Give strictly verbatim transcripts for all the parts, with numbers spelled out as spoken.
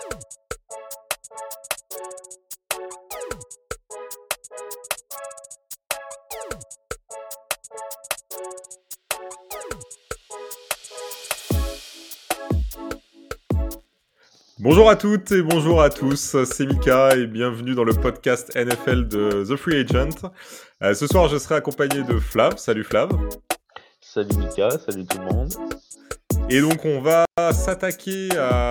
Bonjour à toutes et bonjour à tous, c'est Mika et bienvenue dans le podcast N F L de The Free Agent. Euh, ce soir, je serai accompagné de Flav. Salut Flav. Salut Mika, salut tout le monde. Et donc, on va s'attaquer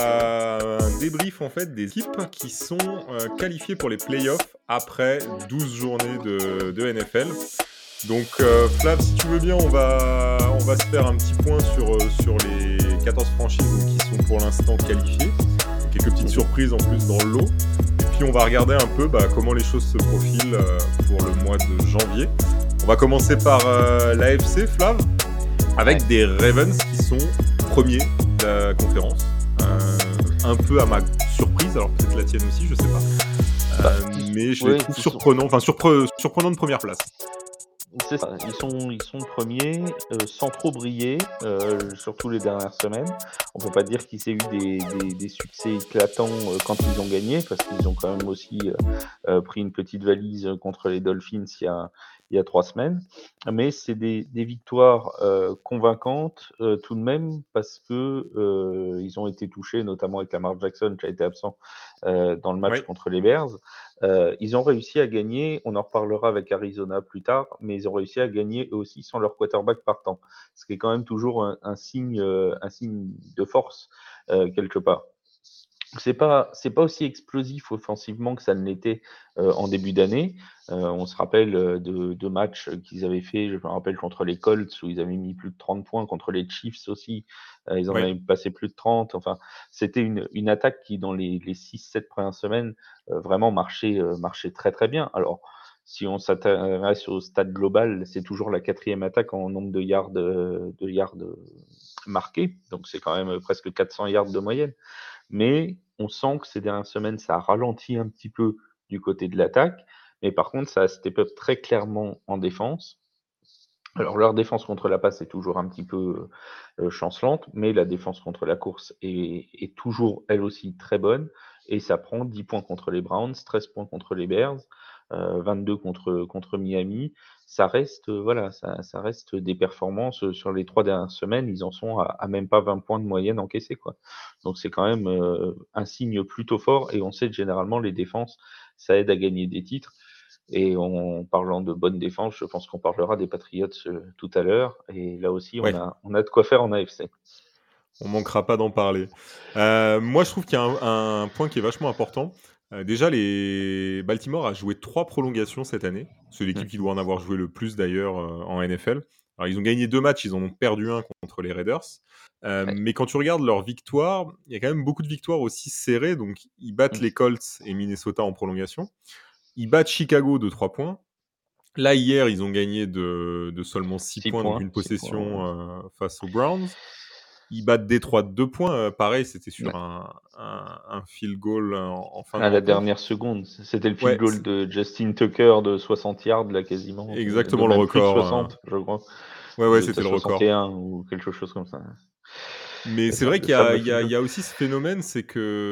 à un débrief en fait des équipes qui sont euh, qualifiées pour les playoffs après douze journées de, de N F L. Donc, euh, Flav, si tu veux bien, on va, on va se faire un petit point sur, euh, sur les quatorze franchises qui sont pour l'instant qualifiées. Quelques petites surprises en plus dans le lot. Et puis on va regarder un peu bah, comment les choses se profilent euh, pour le mois de janvier. On va commencer par euh, l'A F C, Flav, avec ouais. des Ravens qui sont premiers de la conférence. Euh, un peu à ma surprise, alors peut-être la tienne aussi, je sais pas. Euh, bah, mais je ouais, les trouve surprenants, enfin surpre- surprenants de première place. C'est ça, ils sont, ils sont premiers euh, sans trop briller, euh, surtout les dernières semaines. On peut pas dire qu'il s'est eu des, des, des succès éclatants euh, quand ils ont gagné, parce qu'ils ont quand même aussi euh, euh, pris une petite valise contre les Dolphins il y a, il y a trois semaines. Mais c'est des, des victoires euh, convaincantes euh, tout de même, parce que euh, ils ont été touchés, notamment avec Lamar Jackson qui a été absent euh, dans le match oui. contre les Bears. Euh, ils ont réussi à gagner, on en reparlera avec Arizona plus tard, mais ils ont réussi à gagner eux aussi sans leur quarterback partant, ce qui est quand même toujours un, un signe, euh, un signe de force euh, quelque part. C'est pas, c'est pas aussi explosif offensivement que ça ne l'était euh, en début d'année. Euh, on se rappelle de, de matchs qu'ils avaient fait, je me rappelle contre les Colts où ils avaient mis plus de trente points, contre les Chiefs aussi, euh, ils en ouais. avaient passé plus de trente. Enfin, c'était une, une attaque qui, dans les, les six sept premières semaines, euh, vraiment marchait, euh, marchait très très bien. Alors, si on s'intéresse au stade global, c'est toujours la quatrième attaque en nombre de yards, de yards marqués, donc c'est quand même presque quatre cents yards de moyenne. Mais on sent que ces dernières semaines, ça a ralenti un petit peu du côté de l'attaque. Mais par contre, ça a step up très clairement en défense. Alors, leur défense contre la passe est toujours un petit peu euh, chancelante, mais la défense contre la course est, est toujours, elle aussi, très bonne. Et ça prend dix points contre les Browns, treize points contre les Bears, euh, vingt-deux contre, contre Miami. Ça reste, euh, voilà, ça, ça reste des performances sur les trois dernières semaines. Ils en sont à, à même pas vingt points de moyenne encaissés, quoi. Donc, c'est quand même euh, un signe plutôt fort. Et on sait que généralement, les défenses, ça aide à gagner des titres. Et en parlant de bonne défense, je pense qu'on parlera des Patriots euh, tout à l'heure. Et là aussi, on, ouais. a, on a de quoi faire en A F C. On manquera pas d'en parler. Euh, moi, je trouve qu'il y a un, un point qui est vachement important. Euh, déjà, les Baltimore a joué trois prolongations cette année. C'est l'équipe mmh. qui doit en avoir joué le plus d'ailleurs euh, en N F L. Alors, ils ont gagné deux matchs, ils en ont perdu un contre les Raiders. Euh, ouais. Mais quand tu regardes leurs victoires, il y a quand même beaucoup de victoires aussi serrées. Donc, ils battent mmh. les Colts et Minnesota en prolongation. Ils battent Chicago de trois points. Là, hier, ils ont gagné de, de seulement six points, points, donc une possession points, ouais. euh, face aux Browns. Ils battent Détroit de deux points. Euh, pareil, c'était sur ouais. un, un, un field goal en, en fin à de la rencontre. dernière seconde. C'était le field ouais, goal c'est... de Justin Tucker de soixante yards, là, quasiment. Exactement de, de le record. Plus de soixante, euh... je crois. Ouais, ouais, c'était le record. soixante et un ou quelque chose comme ça. Mais c'est, c'est vrai qu'il y a, il y, a, il y a aussi ce phénomène, c'est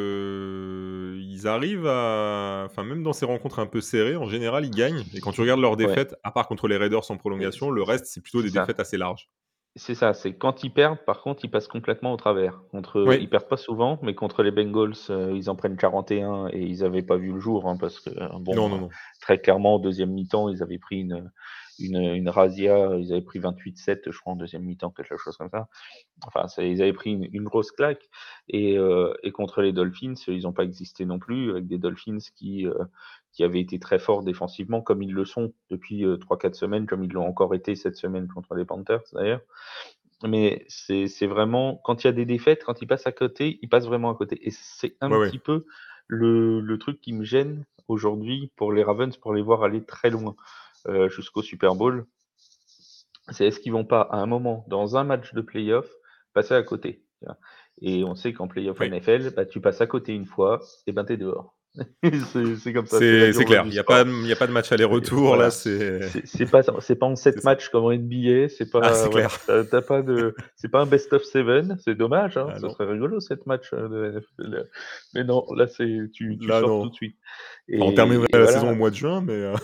que ils arrivent à, enfin même dans ces rencontres un peu serrées, en général ils gagnent. Et quand tu regardes leurs défaites, ouais. à part contre les Raiders en prolongation, le reste c'est plutôt c'est des ça. défaites assez larges. C'est ça, c'est quand ils perdent, par contre, ils passent complètement au travers. Contre, oui. Ils perdent pas souvent, mais contre les Bengals, euh, ils en prennent quarante et un et ils avaient pas vu le jour, hein, parce que bon, non, non, non. très clairement au deuxième mi-temps, ils avaient pris une une, une razzia, ils avaient pris vingt-huit sept, je crois, en deuxième mi-temps, quelque chose comme ça. Enfin, ça, ils avaient pris une, une grosse claque. Et, euh, et contre les Dolphins, ils n'ont pas existé non plus, avec des Dolphins qui euh, qui avaient été très forts défensivement, comme ils le sont depuis euh, trois quatre semaines, comme ils l'ont encore été cette semaine contre les Panthers d'ailleurs. Mais c'est, c'est vraiment, quand il y a des défaites, quand ils passent à côté, ils passent vraiment à côté. Et c'est un ouais, petit ouais. peu le, le truc qui me gêne aujourd'hui pour les Ravens, pour les voir aller très loin euh, jusqu'au Super Bowl. C'est est-ce qu'ils vont pas, à un moment, dans un match de playoff, passer à côté. Et on sait qu'en playoff oui. N F L, bah, tu passes à côté une fois, et ben t'es dehors. C'est c'est comme ça, c'est la C'est c'est durée clair, du il y a pas sport. il y a pas de match C'est aller-retour là, voilà, c'est c'est c'est pas c'est pas en c'est sept ça. matchs comme en N B A, c'est Ah, pas c'est voilà, clair. tu as tu as pas de c'est pas un best of seven, c'est dommage, hein, Ah ce non. serait rigolo sept matchs, heu, de N F L, mais non, là, c'est tu tu Là, sors tout non. de suite Enfin, on terminerait et et la saison au voilà. mois de juin, mais heu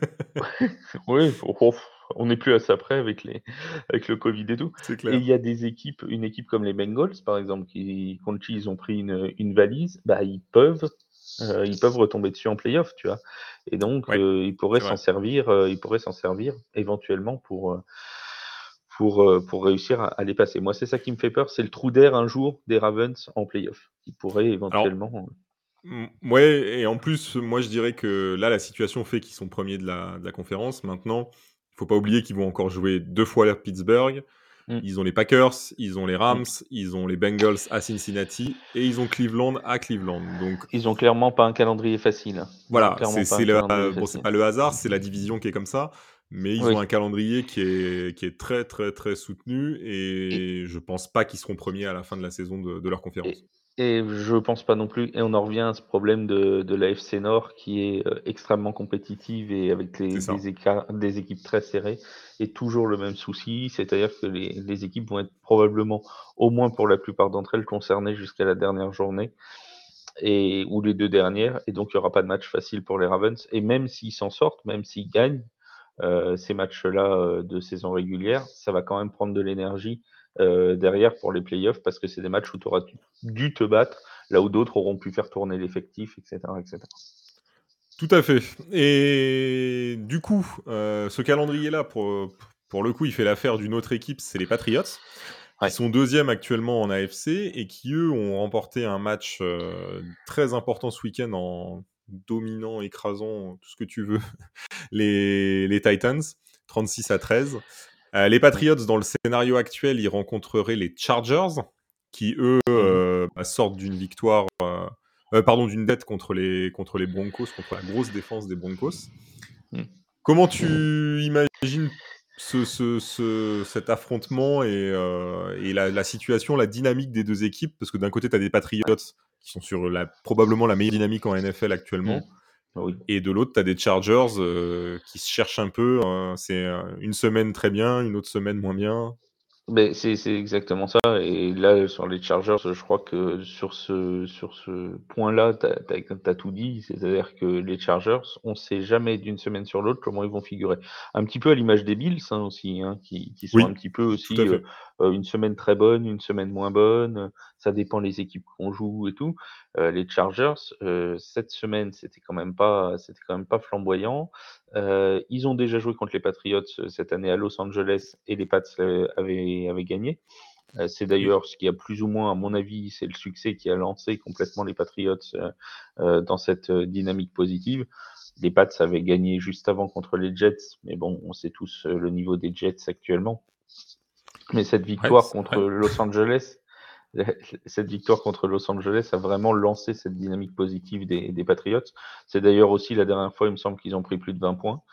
Oui, oh oh, on n'est plus à ça près avec les avec le Covid et tout c'est et clair. il y a des équipes une équipe comme les Bengals, par exemple, qui contre qui ils ont pris une, une valise, bah, ils peuvent, heu, ils peuvent retomber dessus en play-off, tu vois? Et donc Ouais, heu, ils pourraient c'est s'en vrai. servir, heu, ils pourraient s'en servir éventuellement pour, heu, pour, heu, pour réussir à à les passer. Moi, c'est ça qui me fait peur, c'est le trou d'air un jour des Ravens en play-off, qui pourrait Alors, éventuellement, heu mmh, ouais et en plus, moi, je dirais que là, la situation fait qu'ils sont premiers de la de la conférence. Maintenant, il faut pas oublier qu'ils vont encore jouer deux fois à Pittsburgh. mmh, Ils ont les Packers, ils ont les mmh. Rams, ils ont les Bengals à Cincinnati et ils ont Cleveland à Cleveland. Donc Ils ont clairement pas un calendrier facile, hein. Ils ont voilà, clairement c'est pas c'est un le calendrier bon, c'est facile. pas le hasard, c'est la division qui est comme ça, mais ils ont un Oui. calendrier qui est qui est très, très, très soutenu Et et je pense pas qu'ils seront premiers à la fin de la saison de de leur et conférence. et je pense pas non plus et on en revient à ce problème de de l'A F C Nord qui est, heu, extrêmement compétitive et avec les C'est ça. des écarts des équipes très serrées et toujours le même souci, c'est-à-dire que les les équipes vont être probablement, au moins pour la plupart d'entre elles, concernées jusqu'à la dernière journée et ou les deux dernières et donc il y aura pas de match facile pour les Ravens et même s'ils s'en sortent, même s'ils gagnent, heu, ces matchs-là, heu, de saison régulière, ça va quand même prendre de l'énergie, heu, derrière pour les playoffs parce que c'est des matchs où tu auras dû te battre, là où d'autres auront pu faire tourner l'effectif et cetera et cetera. Tout à fait et du coup, heu, ce calendrier-là pour, heu, pour le coup, il fait l'affaire d'une autre équipe, c'est les Patriots, qui Ouais. sont deuxièmes actuellement en A F C et qui, eux, ont remporté un match, heu, très important ce week-end en dominant, écrasant, tout ce que tu veux, les les Titans, trente-six à treize. Heu, les Mmh. Patriots, dans le scénario actuel, ils rencontreraient les Chargers qui, eux, Mmh mh. heu, bah, sortent d'une victoire, heu heu, pardon, d'une défaite contre les contre les Broncos, contre la grosse défense des Broncos. Mmh. Comment tu imagines ce ce ce cet affrontement et heu et la la situation, la dynamique des deux équipes? Parce que d'un côté, tu as des Patriots qui sont sur la probablement la meilleure dynamique en N F L Mmh. actuellement Oui. et de l'autre, tu as des Chargers, heu, qui se cherchent un peu, heu, c'est, heu, une semaine très bien, une autre semaine moins bien. Beh, c'est c'est exactement ça et là, sur les Chargers, je crois que sur ce sur ce point-là, tu as tu as tout dit. C'est-à-dire que les Chargers, on sait jamais d'une semaine sur l'autre comment ils vont figurer. Un petit peu à l'image des Bills, hein, aussi, hein, qui qui sont un Oui, petit peu tout à aussi, heu fait. heu, une semaine très bonne, une semaine moins bonne, heu, ça dépend les équipes qu'on joue et tout. Heu, les Chargers, heu, cette semaine, c'était quand même pas c'était quand même pas flamboyant. Heu, ils ont déjà joué contre les Patriots, heu, cette année à Los Angeles et les Pats, heu, avaient avaient gagné. Heu, c'est Oui. d'ailleurs ce qui a plus ou moins, à mon avis, c'est le succès qui a lancé complètement les Patriots, heu heu, dans cette, heu, dynamique positive. Les Pats avaient gagné juste avant contre les Jets, mais bon, on sait tous, heu, le niveau des Jets actuellement. Mais cette Ouais, victoire c'est contre vrai. Los Angeles cette victoire contre Los Angeles a vraiment lancé cette dynamique positive des des Patriots. C'est d'ailleurs aussi la dernière fois, il me semble qu'ils ont pris plus de vingt points.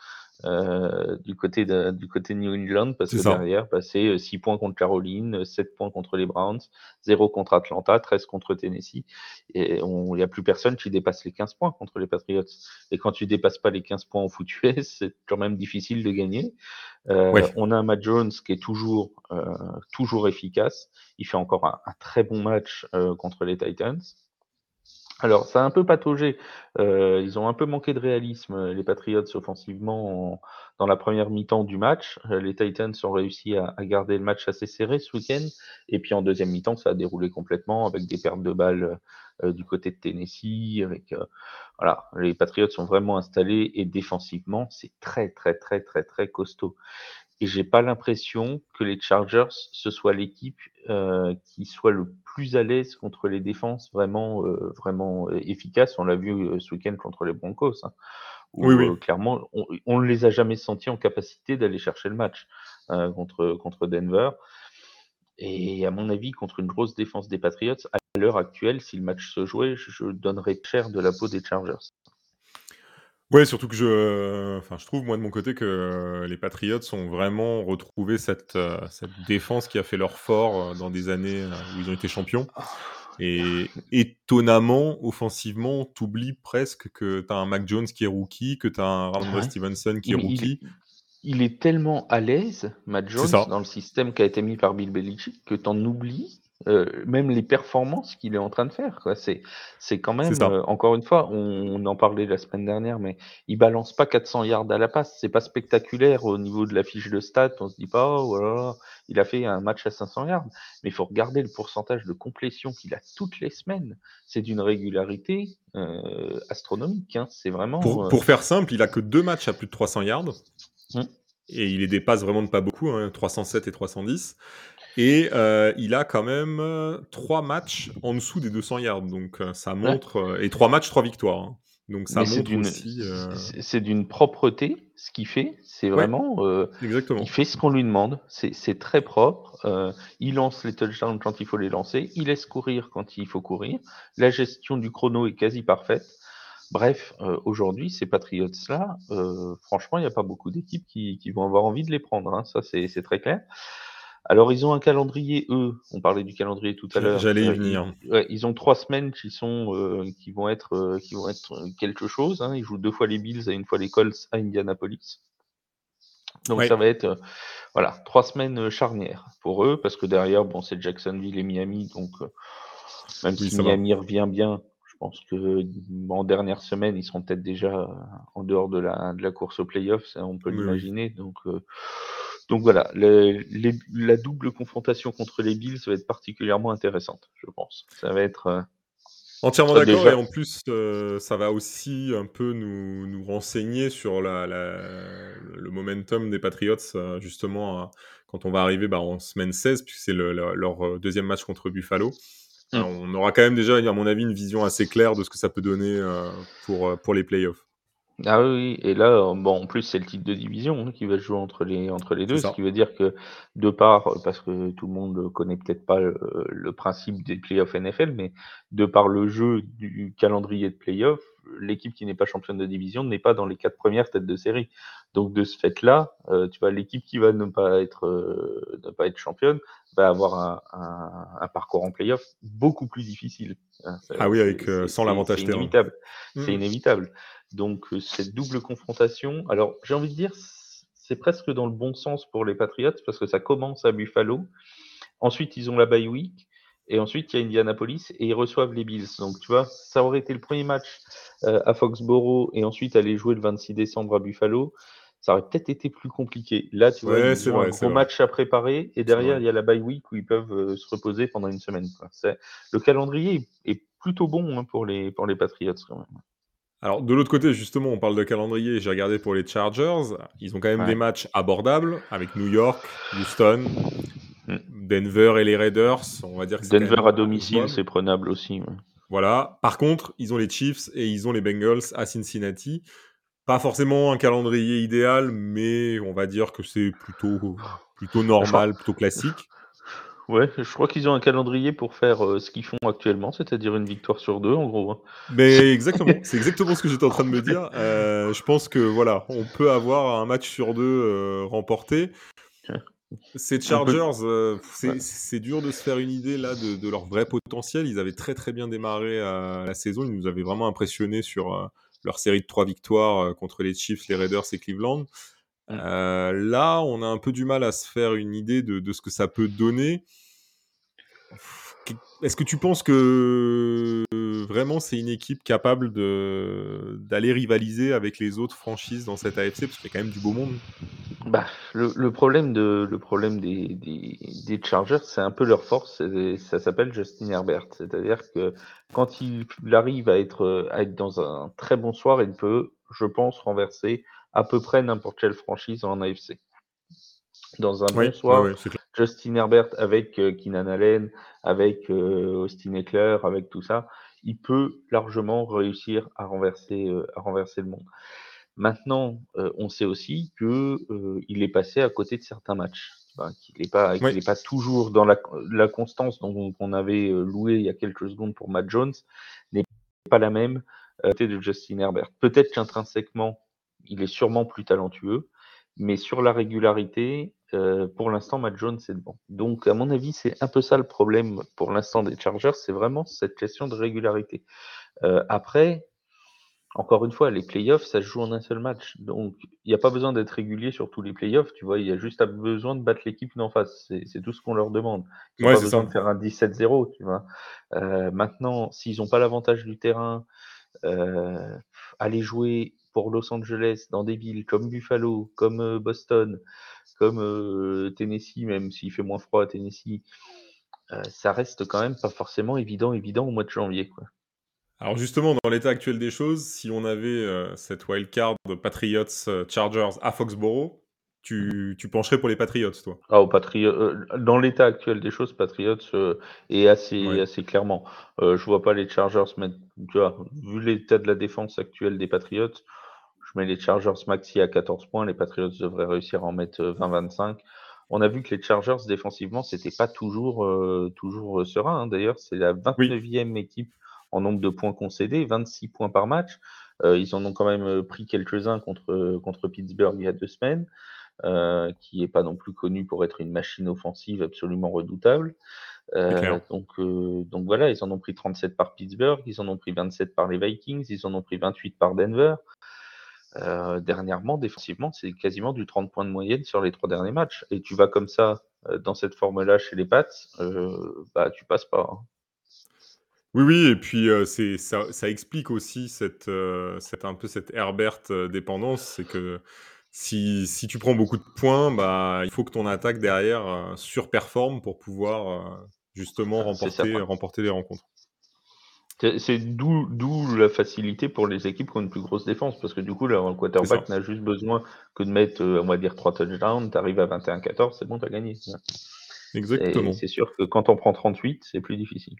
Heu, du côté de du côté de New England parce C'est que ça. derrière, bah, c'est, heu, six points contre Caroline, heu, sept points contre les Browns, zéro contre Atlanta, treize contre Tennessee et on il y a plus personne qui dépasse les quinze points contre les Patriots et quand tu dépasses pas les quinze points en foot U S, c'est quand même difficile de gagner. Heu, Ouais. on a un Matt Jones qui est toujours, heu, toujours efficace. Il fait encore un un très bon match, heu, contre les Titans. Alors, ça a un peu pataugé, heu, ils ont un peu manqué de réalisme, heu, les Patriots offensivement en dans la première mi-temps du match. Heu, les Titans ont réussi à à garder le match assez serré ce week-end et puis en deuxième mi-temps, ça a déroulé complètement avec des pertes de balles, heu du côté de Tennessee avec, heu, voilà, les Patriots sont vraiment installés et défensivement, c'est très, très, très, très, très costaud. Et j'ai pas l'impression que les Chargers, ce soit l'équipe, heu, qui soit le plus à l'aise contre les défenses vraiment, heu, vraiment, heu, efficaces. On l'a vu, heu, ce week-end contre les Broncos, hein, Oui, où, oui. heu, clairement on on ne les a jamais sentis en capacité d'aller chercher le match, heu, contre contre Denver et à mon avis, contre une grosse défense des Patriots, à l'heure actuelle, si le match se jouait, je je donnerais cher de la peau des Chargers. Ouais, surtout que je enfin, je trouve, moi, de mon côté, que euh, les Patriots ont vraiment retrouvé cette, heu, cette défense qui a fait leur fort, heu, dans des années, heu, où ils ont été champions. Et étonnamment, offensivement, t'oublies presque que t'as un Mac Jones qui est rookie, que t'as un Ramondre Ouais. Stevenson qui est Il, il, rookie. il est tellement à l'aise, Matt C'est Jones, ça. dans le système qui a été mis par Bill Belichick, que t'en oublies euh, même les performances qu'il est en train de faire. Quoi. C'est, c'est quand C'est même, ça. euh, encore une fois, on, on en parlait la semaine dernière, mais il balance pas quatre cents yards à la passe. C'est pas spectaculaire au niveau de la fiche de stats. On se dit pas, oh voilà, il a fait un match à cinq cents yards. Mais il faut regarder le pourcentage de complétion qu'il a toutes les semaines. C'est d'une régularité euh, astronomique. Hein. C'est vraiment. Pour, Euh, pour faire simple, il a que deux matchs à plus de trois cents yards. hum, Et il les dépasse vraiment de pas beaucoup, hein, trois cent sept et trois cent dix. Et euh, il a quand même euh, trois matchs en dessous des deux cents yards. Donc euh, ça ouais. montre... euh, et trois matchs, trois victoires. Hein. Donc ça Mais c'est montre d'une aussi... euh, c'est c'est d'une propreté, ce qu'il fait. C'est Ouais, vraiment, euh, il exactement. fait ce qu'on lui demande. C'est c'est très propre. Euh, il lance les touchdowns quand il faut les lancer. Il laisse courir quand il faut courir. La gestion du chrono est quasi parfaite. Bref, euh, aujourd'hui, ces Patriots-là, euh, franchement, il n'y a pas beaucoup d'équipes qui, qui vont avoir envie de les prendre. Hein. Ça, c'est c'est très clair. Alors, ils ont un calendrier, eux. On parlait du calendrier tout à J'a- l'heure. J'allais y Euh, ils, venir. ouais, ils ont trois semaines qui sont, euh, qui vont être, euh, qui vont être euh, quelque chose. Hein. Ils jouent deux fois les Bills et une fois les Colts à Indianapolis. Donc, ça Ouais, va être, euh, voilà, trois semaines euh, charnières pour eux, parce que derrière, bon, c'est Jacksonville et Miami. Donc, euh, même oui, si ça va. Miami revient bien, je pense que en dernière semaine, ils seront peut-être déjà euh, en dehors de la, de la course aux playoffs. Ça, on peut Oui, oui. l'imaginer. Donc, euh, donc voilà, le- les- la double confrontation contre les Bills va être particulièrement intéressante, je pense. Ça va être euh, Entièrement euh, d'accord, et déjà. en plus, euh, ça va aussi un peu nous, nous renseigner sur la, la- le momentum des Patriots, euh, justement, à- quand on va arriver bah, en semaine seize, puisque c'est le- le- leur euh, deuxième match contre Buffalo. Euh, Hmm. on aura quand même déjà, à mon avis, une vision assez claire de ce que ça peut donner euh, pour, euh, pour les playoffs. Ah oui, oui. Et là, euh, bon, en plus, c'est le titre de division hein, qui va se jouer entre les, entre les C'est deux, ce ça. qui veut dire que, de part, parce que tout le monde connaît peut-être pas le, le principe des playoffs N F L, mais de par le jeu du calendrier de playoffs, l'équipe qui n'est pas championne de division n'est pas dans les quatre premières têtes de série. Donc, de ce fait-là, euh, tu vois, l'équipe qui va ne pas être, euh, ne pas être championne va avoir un, un, un parcours en playoff beaucoup plus difficile. Hein, Ah C'est oui, c'est- avec euh, c'est- sans c'est- c'est l'avantage terrain. inévitable. C'est Mm. inévitable. Donc, euh, cette double confrontation, alors j'ai envie de dire, c'est presque dans le bon sens pour les Patriots parce que ça commence à Buffalo. Ensuite, ils ont la bye week. Et ensuite, il y a Indianapolis et ils reçoivent les Bills. Donc, tu vois, ça aurait été le premier match euh, à Foxborough et ensuite aller jouer le vingt-six décembre à Buffalo. Ça aurait peut-être été plus compliqué. Là, tu vois, Ouais, ils c'est ont un vrai, c'est gros vrai. match à préparer et C'est derrière, vrai. il y a la bye week où ils peuvent euh, se reposer pendant une semaine. Quoi. C'est- Le calendrier est plutôt bon hein, pour les, pour les Patriots quand même. Alors, de l'autre côté, justement, on parle de calendrier. J'ai regardé pour les Chargers. Ils ont quand même des Ouais. matchs abordables avec New York, Houston, Mm. Denver et les Raiders. On va dire que c'est quand Denver même à assez domicile, jouable. c'est prenable aussi. Ouais. Voilà. Par contre, ils ont les Chiefs et ils ont les Bengals à Cincinnati. Pas forcément un calendrier idéal, mais on va dire que c'est plutôt, plutôt Je crois, normal, plutôt classique. ouais, je crois qu'ils ont un calendrier pour faire euh, ce qu'ils font actuellement, c'est-à-dire une victoire sur deux, en gros. Hein. Mais exactement, c'est exactement ce que j'étais en train de me dire. Euh, je pense que voilà, on peut avoir un match sur deux euh, remporté. Ces On peut. Chargers, euh, Ouais. c'est c'est dur de se faire une idée là de, de leur vrai potentiel. Ils avaient très très bien démarré euh, la saison. Ils nous avaient vraiment impressionnés sur euh, leur série de trois victoires euh, contre les Chiefs, les Raiders et Cleveland. Mm. Euh, là, on a un peu du mal à se faire une idée de, de ce que ça peut donner. Est-ce que tu penses que euh, vraiment c'est une équipe capable de d'aller rivaliser avec les autres franchises dans cette A F C, parce qu'il y a quand même du beau monde? Bah, le, le problème de le problème des, des, des Chargers, c'est un peu leur force. c'est- Ça s'appelle Justin Herbert. C'est-à-dire que quand il, il arrive à être à être dans un très bon soir, il peut, je pense, renverser à peu près n'importe quelle franchise en A F C. Dans un Oui, bon oui, soir, oui, c'est clair. Justin Herbert avec euh, Keenan Allen, avec euh, Austin Eckler, avec tout ça, il peut largement réussir à renverser, euh, à renverser le monde. Maintenant, euh, on sait aussi que euh, il est passé à côté de certains matchs, enfin, qu'il n'est pas, Oui, qu'il n'est pas toujours dans la, la constance dont on avait euh, loué il y a quelques secondes pour Matt Jones, n'est pas la même euh, côté de Justin Herbert. Peut-être qu'intrinsèquement, il est sûrement plus talentueux, mais sur la régularité, heu, pour l'instant, Matt Jones est devant. Donc à mon avis, c'est un peu ça le problème pour l'instant des Chargers, c'est vraiment cette question de régularité. Heu, après, encore une fois, les playoffs, ça se joue en un seul match. Donc il y a pas besoin d'être régulier sur tous les playoffs, tu vois? Il y a juste à besoin de battre l'équipe d'en face. C'est c'est tout ce qu'on leur demande. Ils ont Ouais, pas c'est besoin ça. de faire un dix-sept zéro, tu vois? Heu, maintenant, s'ils ont pas l'avantage du terrain, heu, aller jouer pour Los Angeles dans des villes comme Buffalo, comme, heu, Boston, comme, heu, Tennessee, même s'il fait moins froid à Tennessee, heu, ça reste quand même pas forcément évident, évident au mois de janvier, quoi. Alors justement, dans l'état actuel des choses, si on avait, heu, cette wild card Patriots, heu, Chargers à Foxborough, tu tu pencherais pour les Patriots, toi? Ah, aux Patriots, heu, dans l'état actuel des choses, Patriots, heu, et assez Ouais. assez clairement. Heu, je vois pas les Chargers mettre, tu vois? Vu l'état de la défense actuelle des Patriots, je mets les Chargers maxi à quatorze points, les Patriots devraient réussir à en mettre, heu, vingt vingt-cinq. On a vu que les Chargers défensivement, c'était pas toujours, heu, toujours, heu, serein, hein. D'ailleurs, c'est la Oui, vingt-neuvième équipe en nombre de points concédés, vingt-six points par match. Heu, ils en ont quand même, heu, pris quelques-uns contre, heu, contre Pittsburgh il y a deux semaines. Heu, qui est pas non plus connu pour être une machine offensive absolument redoutable. c'est clair. Heu, donc heu, donc voilà, ils en ont pris trente-sept par Pittsburgh, ils en ont pris vingt-sept par les Vikings, ils en ont pris vingt-huit par Denver. Heu, dernièrement, défensivement, c'est quasiment du trente points de moyenne sur les trois derniers matchs et tu vas comme ça, heu, dans cette forme-là chez les Pats, heu, bah, tu passes pas, hein. Oui, oui et puis, heu, c'est ça ça explique aussi cette, heu, cette un peu cette Herbert, heu, dépendance. C'est que si si tu prends beaucoup de points, bah, il faut que ton attaque derrière, heu, surperforme pour pouvoir, heu, justement Enfin, c'est remporter certain. remporter les rencontres. C'est c'est d'où d'où la facilité pour les équipes qui ont une plus grosse défense, parce que du coup, leur C'est ça, quarterback n'a juste besoin que de mettre, heu, on va dire trois touchdowns, tu arrives à vingt et un quatorze, c'est bon, tu as gagné. C'est exactement. c'est sûr que quand on prend trente-huit, c'est plus difficile.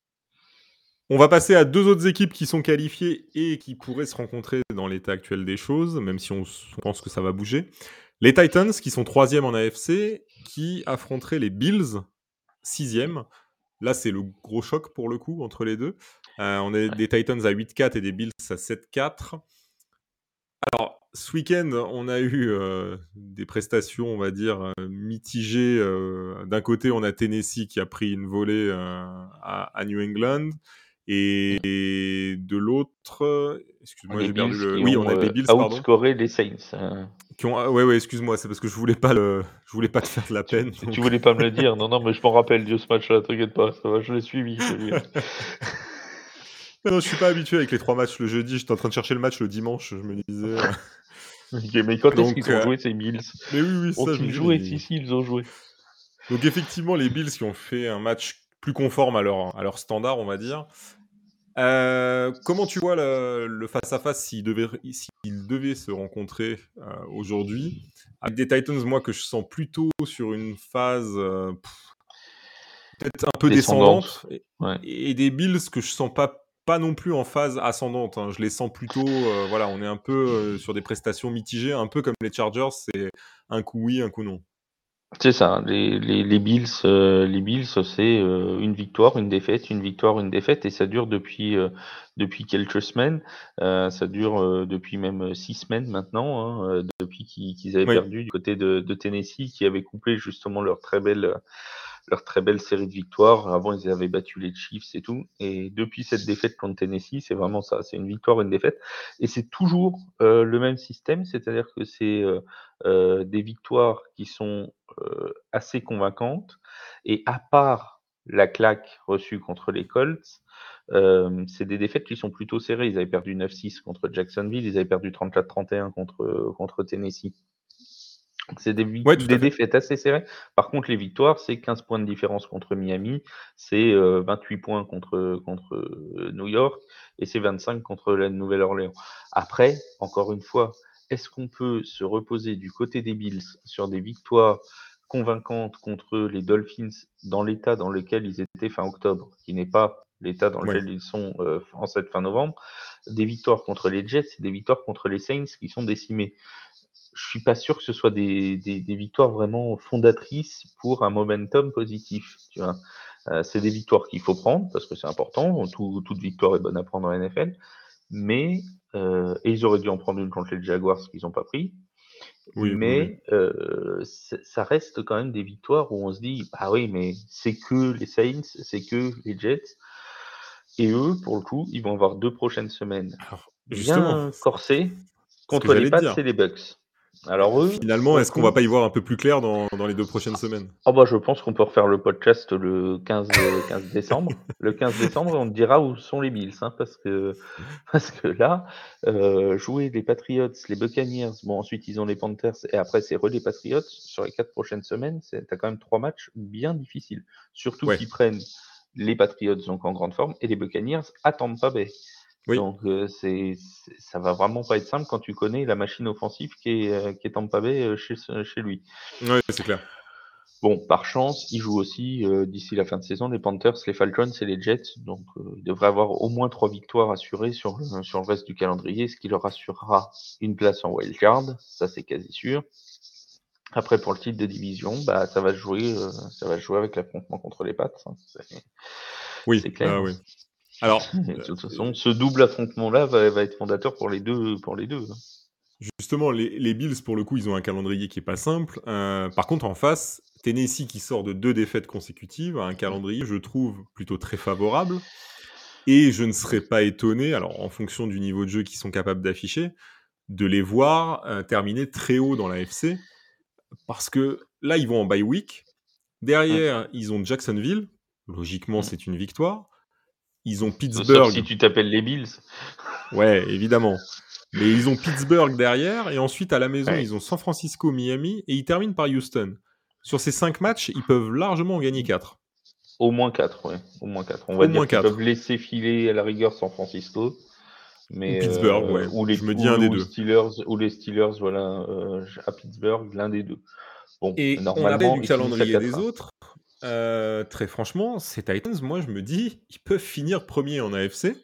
On va passer à deux autres équipes qui sont qualifiées et qui pourraient se rencontrer dans l'état actuel des choses, même si on s on pense que ça va bouger. Les Titans qui sont troisième en A F C, qui affronteraient les Bills, sixième. Là, c'est le gros choc pour le coup entre les deux. Heu, on a Ouais. des Titans à huit quatre et des Bills à sept quatre. Alors, ce week-end, on a eu, heu, des prestations, on va dire, heu, mitigées, heu, d'un côté, on a Tennessee qui a pris une volée, heu, à à New England et et de l'autre, heu, excuse-moi, Les j'ai perdu Bills le qui oui, on ont, a les heu, Bills, pardon, outscoré les Saints, heu, qui ont ah ouais, ouais, excuse-moi, c'est parce que je voulais pas le je voulais pas te faire de la tu peine tu tu donc voulais pas me le dire? Non, non, mais je m'en rappelle de ce match-là, t'inquiète pas, ça va, je l'ai suivi, je l'ai vu. non, je suis pas habitué avec les trois matchs le jeudi, j'étais en train de chercher le match le dimanche, je me disais, heu, OK, mais quand est-ce donc qu'ils ont heu, joué ces Bills? mais oui, oui, ça, je me Ont-ils dis: «Mais joué? Si, ils» si, ils ont joué. donc effectivement, les Bills qui ont fait un match plus conforme à leur à leur standard, on va dire. Heu, comment tu vois le le face-à-face s'ils devaient s'ils devaient se rencontrer, heu, aujourd'hui? Avec des Titans, moi, que je sens plutôt sur une phase, heu, peut-être un peu Descendante. descendante et Ouais. et des Bills que je sens pas pas non plus en phase ascendante, hein. Je les sens plutôt, heu, voilà, on est un peu, heu, sur des prestations mitigées, un peu comme les Chargers, c'est un coup oui, un coup non. C'est ça, les les les Bills, heu, les Bills, c'est, heu, une victoire, une défaite, une victoire, une défaite et ça dure depuis, heu, depuis quelques semaines. Heu, ça dure, heu, depuis même, heu, six semaines maintenant, hein, heu, depuis qu'ils qu'ils avaient Oui, perdu du côté de de Tennessee, qui avait coupé justement leur très belle, leur très belle série de victoires. Avant, ils avaient battu les Chiefs et tout. Et depuis cette défaite contre Tennessee, c'est vraiment ça. C'est une victoire, une défaite. Et c'est toujours euh, le même système, c'est-à-dire que c'est euh, euh, des victoires qui sont euh, assez convaincantes. Et à part la claque reçue contre les Colts, euh, c'est des défaites qui sont plutôt serrées. Ils avaient perdu neuf six contre Jacksonville, ils avaient perdu trente-quatre trente et un contre, contre Tennessee. C'est des vic ouais, tout à des fait. défaites assez serrées. Par contre, les victoires, c'est quinze points de différence contre Miami, c'est, heu, vingt-huit points contre, contre, heu, New York et c'est vingt-cinq contre la Nouvelle-Orléans. Après, encore une fois, est-ce qu'on peut se reposer du côté des Bills sur des victoires convaincantes contre les Dolphins dans l'état dans lequel ils étaient fin octobre, qui n'est pas l'état dans Ouais. lequel ils sont, heu, en cette fin novembre, des victoires contre les Jets et des victoires contre les Saints qui sont décimés? Je suis pas sûr que ce soit des des des victoires vraiment fondatrices pour un momentum positif, tu vois? Heu, c'est des victoires qu'il faut prendre parce que c'est important, tout toute victoire est bonne à prendre en N F L, mais heu et ils auraient dû en prendre une contre les Jaguars qu'ils ont pas pris, Oui, oui, oui. Mais heu, ç ça reste quand même des victoires où on se dit: «Ah oui, mais c'est que les Saints, c'est que les Jets» et eux, pour le coup, ils vont avoir deux prochaines semaines Alors, justement, bien c'est corsées ce que contre les j'allais te Pats dire. et les Bucks. Heu, Alors eux, finalement, pour le est-ce qu'on va coup, pas y voir un peu plus clair dans dans les deux prochaines semaines? ah bah, je pense qu'on peut refaire le podcast le quinze, heu, quinze décembre. Le quinze décembre et on te dira où sont les Bills, hein, parce que parce que là, heu, jouer les Patriots, les Buccaneers, bon ensuite ils ont les Panthers et après c'est re les Patriots. Sur les quatre prochaines semaines, c'est tu as quand même trois matchs bien difficiles. Surtout Ouais, qu'ils prennent les Patriots donc en grande forme et les Buccaneers à Tampa Bay. oui, Donc heu, c'est c'est ça va vraiment pas être simple quand tu connais la machine offensive qui est, heu, qui est Tampa Bay, heu, chez ce chez lui. ouais, c'est clair. Bon, par chance, ils jouent aussi, heu, d'ici la fin de saison, les Panthers, les Falcons et les Jets, donc heu, ils devraient avoir au moins trois victoires assurées sur le sur le reste du calendrier, ce qui leur assurera une place en wild card, ça c'est quasi sûr. Après pour le titre de division, bah, ça va se jouer, heu, ça va se jouer avec l'affrontement contre les Pats, hein, c'est Oui, c'est clair. ah oui. Alors, De heu, toute façon, ce double affrontement-là va va être fondateur pour les deux pour les deux. Hein. justement, les les Bills, pour le coup, ils ont un calendrier qui est pas simple. Heu, par contre, en face, Tennessee qui sort de deux défaites consécutives, a un calendrier, je trouve, plutôt très favorable et je ne serais pas étonné, alors en fonction du niveau de jeu qu'ils sont capables d'afficher, de les voir, heu, terminer très haut dans la F C. Parce que là, ils vont en bye week. Mmh, Derrière, ils ont Jacksonville. Logiquement, mmh. c'est une victoire. Ils ont Sauf si Pittsburgh. tu t'appelles les Bills. Ouais, évidemment. Mais ils ont Pittsburgh derrière. Et ensuite, à la maison, Ouais. ils ont San Francisco, Miami. Et ils terminent par Houston. Sur ces cinq matchs, ils peuvent largement en gagner quatre. Au moins quatre, ouais, au moins quatre. On va Au dire moins qu'ils peuvent quatre. laisser filer à la rigueur San Francisco, Ou mais Pittsburgh, heu, ouais. ou les Je me dis ou un des ou deux. Steelers ou les Steelers, voilà, heu, à Pittsburgh, l'un des deux. Bon, Et on a parlé normalement, du ils finissent à calendrier quatre des un. autres. Euh, très franchement, ces Titans, moi, je me dis, ils peuvent finir premier en A F C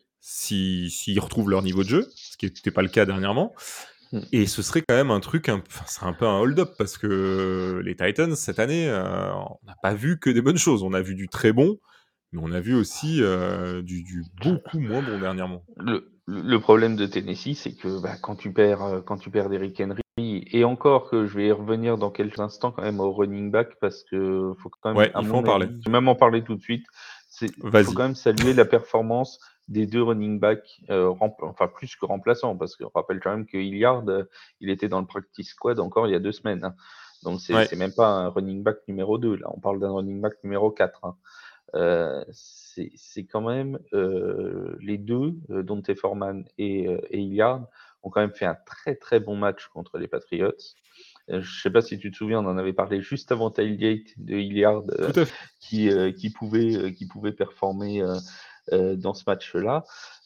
si s'ils retrouvent leur niveau de jeu, ce qui n'était pas le cas dernièrement. Mmh. Et ce serait quand même un truc, un, enfin, c'est un peu un hold-up parce que les Titans cette année, euh, on n'a pas vu que des bonnes choses. On a vu du très bon, mais on a vu aussi euh, du, du beaucoup moins bon dernièrement. Le le problème de Tennessee, c'est que, bah, quand tu perds, heu, quand tu perds Derrick Henry et encore que je vais y revenir dans quelques instants quand même au running back parce que faut quand même, Ouais, à il faut mon en parler. avis, je vais même en parler tout de suite. C'est Il faut Vas-y. quand même saluer la performance des deux running backs, heu, rempl enfin plus que remplaçants parce qu'on rappelle quand même que Hilliard, heu, il était dans le practice squad encore il y a deux semaines, hein. Donc c'est Ouais, c'est même pas un running back numéro deux là, on parle d'un running back numéro quatre, hein. Heu, c'est c'est quand même, heu, les deux, heu, D'Onta Foreman et heu et Hilliard ont quand même fait un très, très bon match contre les Patriots. Heu, je sais pas si tu te souviens, on en avait parlé juste avant Tailgate de Hilliard, tout heu, à fait. qui, heu, qui pouvait, heu, qui pouvait performer, heu heu, dans ce match-là.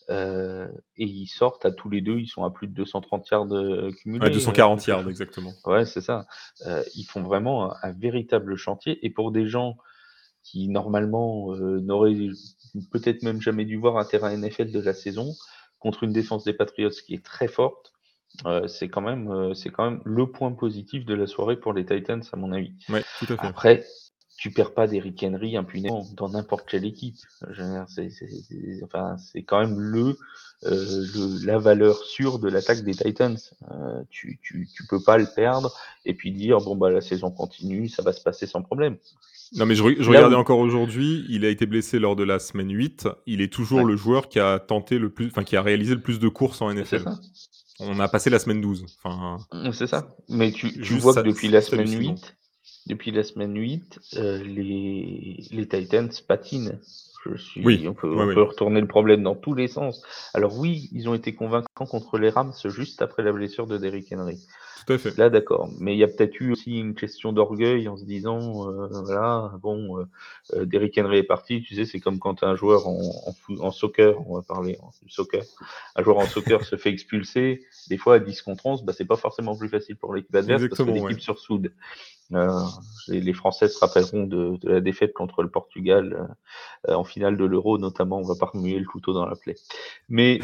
Heu et ils sortent à tous les deux, ils sont à plus de deux cent trente yards, heu, Ouais, cumulés, heu, deux cent quarante quelque yards chose. exactement. Ouais, c'est ça. Heu, ils font vraiment un un véritable chantier et pour des gens qui normalement euh, n'aurait peut-être même jamais dû voir un terrain N F L de la saison contre une défense des Patriots qui est très forte. Euh, c'est quand même euh, c'est quand même le point positif de la soirée pour les Titans à mon avis. Ouais, tout à fait. Après, tu perds pas d'Eric Henry impunément dans n'importe quelle équipe. Je veux dire, c'est, c'est, c'est- enfin, c'est quand même le, euh, le- la valeur sûre de l'attaque des Titans. Euh, tu, tu, tu peux pas le perdre et puis dire bon bah la saison continue, ça va se passer sans problème. Non, mais je, re- je Là regardais où, encore aujourd'hui, il a été blessé lors de la semaine huit. Il est toujours ouais, le joueur qui a tenté le plus, enfin, qui a réalisé le plus de courses en c'est N F L. ça. On a passé la semaine douze. Enfin, Mmh, c'est c'est ça. Mais tu tu juste vois que ça, depuis la juste semaine hallucinant. huit, depuis la semaine huit, heu, les les Titans patinent. Je suis Oui, on peut ouais, on ouais, peut retourner le problème dans tous les sens. Alors oui, ils ont été convaincants contre les Rams juste après la blessure de Derrick Henry. tout à fait. Là, d'accord, mais il y a peut-être eu aussi une question d'orgueil en se disant, heu, voilà, bon, heu heu, Derrick Henry est parti, tu sais, c'est comme quand un joueur en en foo en soccer, on va parler en soccer, un joueur en soccer se fait expulser, des fois à dix contre onze, bah, c'est pas forcément plus facile pour l'équipe adverse parce que Exactement, ouais. l'équipe sursoude. Heu, les les Français se rappelleront de de la défaite contre le Portugal, heu, en finale de l'Euro notamment, on va pas remuer le couteau dans la plaie. Mais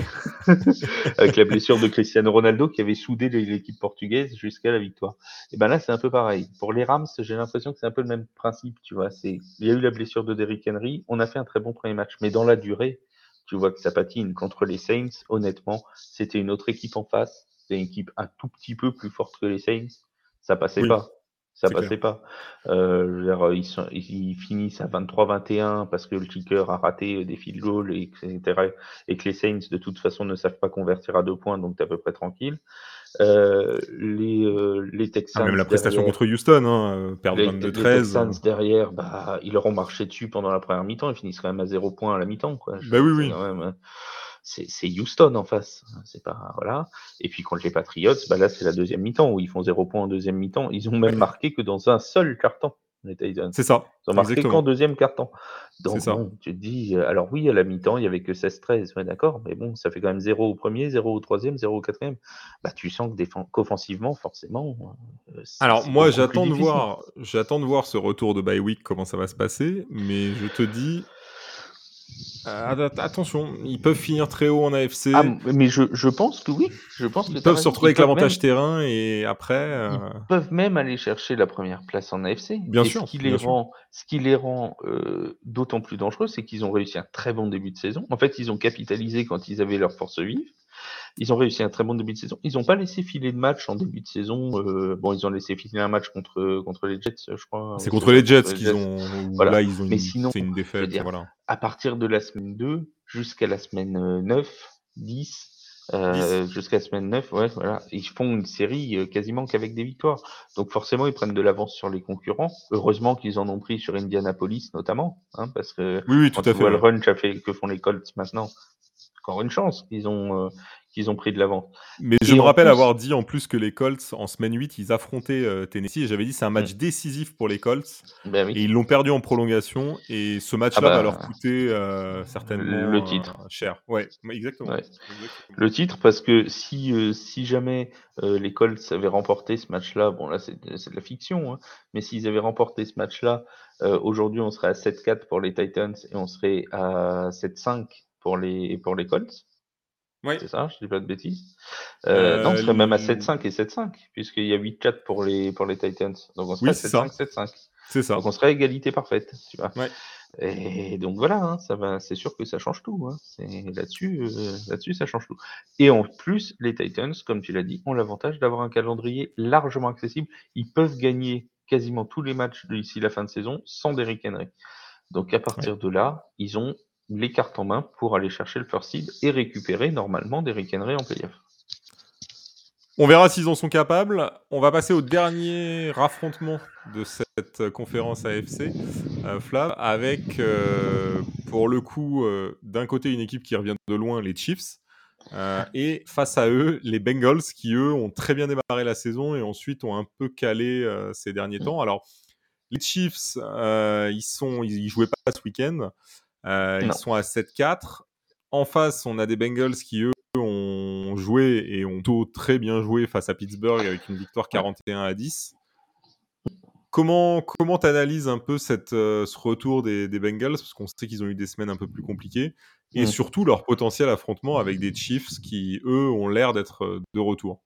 avec la blessure de Cristiano Ronaldo qui avait soudé l'équipe portugaise jusqu'à la victoire. Et ben là, c'est un peu pareil. Pour les Rams, j'ai l'impression que c'est un peu le même principe, tu vois. C'est, il y a eu la blessure de Derrick Henry, on a fait un très bon premier match, mais dans la durée, tu vois que ça patine contre les Saints. Honnêtement, c'était une autre équipe en face, c'était une équipe un tout petit peu plus forte que les Saints. Ça passait Oui, pas. Ça c'est clair. passait pas. Heu, je veux dire, ils sont ils ils finissent à vingt-trois vingt et un parce que le kicker a raté des field goals et cetera et que les Saints, de toute façon, ne savent pas convertir à deux points, donc tu es à peu près tranquille. Heu, les, heu, les Ah, même Texans la prestation derrière contre Houston, hein, heu, perdre les les vingt-deux treize, Texans heu. derrière, bah, ils leur ont marché dessus pendant la première mi-temps. Ils finissent quand même à zéro point à la mi-temps, quoi. Je Bah, veux oui, dire, c'est oui. quand même, heu, c'est c'est Houston en face. C'est pas voilà et puis contre les Patriots, bah, là, c'est la deuxième mi-temps où ils font zéro point en deuxième mi-temps. Ils ont même Ouais, marqué que dans un seul quart-temps, les Titans. c'est ça, Ils ont marqué qu'en exactement, deuxième quart-temps. c'est Donc ça. bon, tu te dis, heu, alors oui, à la mi-temps, il y avait que seize treize, ouais d'accord, mais bon, ça fait quand même zéro au premier, zéro au troisième, zéro au quatrième. Bah, tu sens que défen qu'offensivement, forcément, heu, c'est Alors c'est moi, beaucoup plus j'attends de difficile. voir j'attends de voir ce retour de bye week, comment ça va se passer, mais je te dis, heu, at attention, ils peuvent finir très haut en Ah, A F C, m mais je je pense que oui, je pense que ils tu as peuvent se raison. retrouver Ils avec peuvent même l'avantage terrain et après, ils heu peuvent même aller chercher la première place en A F C bien et ce sûr, qui les bien sûr. rend ce qui les rend, heu, d'autant plus dangereux, c'est qu'ils ont réussi un très bon début de saison. En fait, ils ont capitalisé quand ils avaient leurs forces vives. Ils ont réussi un très bon début de saison. Ils ont pas laissé filer de match en début de saison, heu, bon, ils ont laissé filer un match contre, contre les Jets, je crois, C'est oui, c'est contre ça, les Jets contre les qu'ils Jets. ont où Voilà. là, ils ont Mais une sinon, c'est une je veux défaite, dire, voilà. à partir de la semaine deux jusqu'à la semaine, heu, neuf, dix, dix. heu, jusqu'à la semaine neuf, ouais, voilà, ils font une série, heu, quasiment qu'avec des victoires. Donc forcément, ils prennent de l'avance sur les concurrents. Heureusement qu'ils en ont pris sur Indianapolis notamment, hein, parce que Oui, oui, tout quand à tu fait, vois le ouais. run qu'a fait que font les Colts maintenant, encore une chance qu'ils ont, heu, qu'ils ont pris de l'avance. Mais je Et me en rappelle plus avoir dit en plus que les Colts, en semaine huit, ils affrontaient, heu, Tennessee et j'avais dit: «C'est un mmh, match décisif pour les Colts» bah et oui. ils l'ont perdu en prolongation et ce Ah match-là va leur bah, coûter, heu, le certainement, heu, titre. cher. Ouais, ouais, exactement, Ouais. exactement. Le titre parce que si, heu, si jamais, heu, les Colts avaient remporté ce match-là, bon là c'est de c'est de la fiction, hein, mais s'ils avaient remporté ce match-là, heu, aujourd'hui on serait à sept quatre pour les Titans et on serait à sept cinq pour les pour les Colts. Ouais, C'est ça? Je dis pas de bêtises? Heu, non, on heu, serait même à sept l cinq et sept cinq puisqu'il y a huit quatre pour les pour les Titans. Donc on serait oui, à c'est sept cinq ça, sept cinq. c'est Donc ça. on serait à égalité parfaite, tu vois? Ouais. Et donc voilà, hein, ça va c'est sûr que ça change tout, hein. C'est là-dessus, heu, là-dessus ça change tout. Et en plus, les Titans, comme tu l'as dit, ont l'avantage d'avoir un calendrier largement accessible. Ils peuvent gagner quasiment tous les matchs d'ici la fin de saison sans Derrick Henry. Donc à Ouais. partir de là, ils ont les cartes en main pour aller chercher le first seed et récupérer normalement Derrick Henry en play-off. On verra s'ils en sont capables. On va passer au dernier affrontement de cette conférence A F C, heu, Flav, avec, heu, pour le coup, heu, d'un côté une équipe qui revient de loin, les Chiefs, heu et face à eux, les Bengals qui, eux, ont très bien démarré la saison et ensuite ont un peu calé, heu, ces derniers Mmh. temps. Alors les Chiefs, heu, ils sont ils ils jouaient pas ce week-end, heu, ils Non. sont à sept quatre. En face, on a des Bengals qui, eux, ont joué et ont plutôt très bien joué face à Pittsburgh avec une victoire Ouais. quarante et un à dix. Comment comment t'analyses un peu cette, heu, ce retour des des Bengals? Parce qu'on sait qu'ils ont eu des semaines un peu plus compliquées et Mmh. surtout leur potentiel affrontement avec des Chiefs qui, eux, ont l'air d'être, heu, de retour.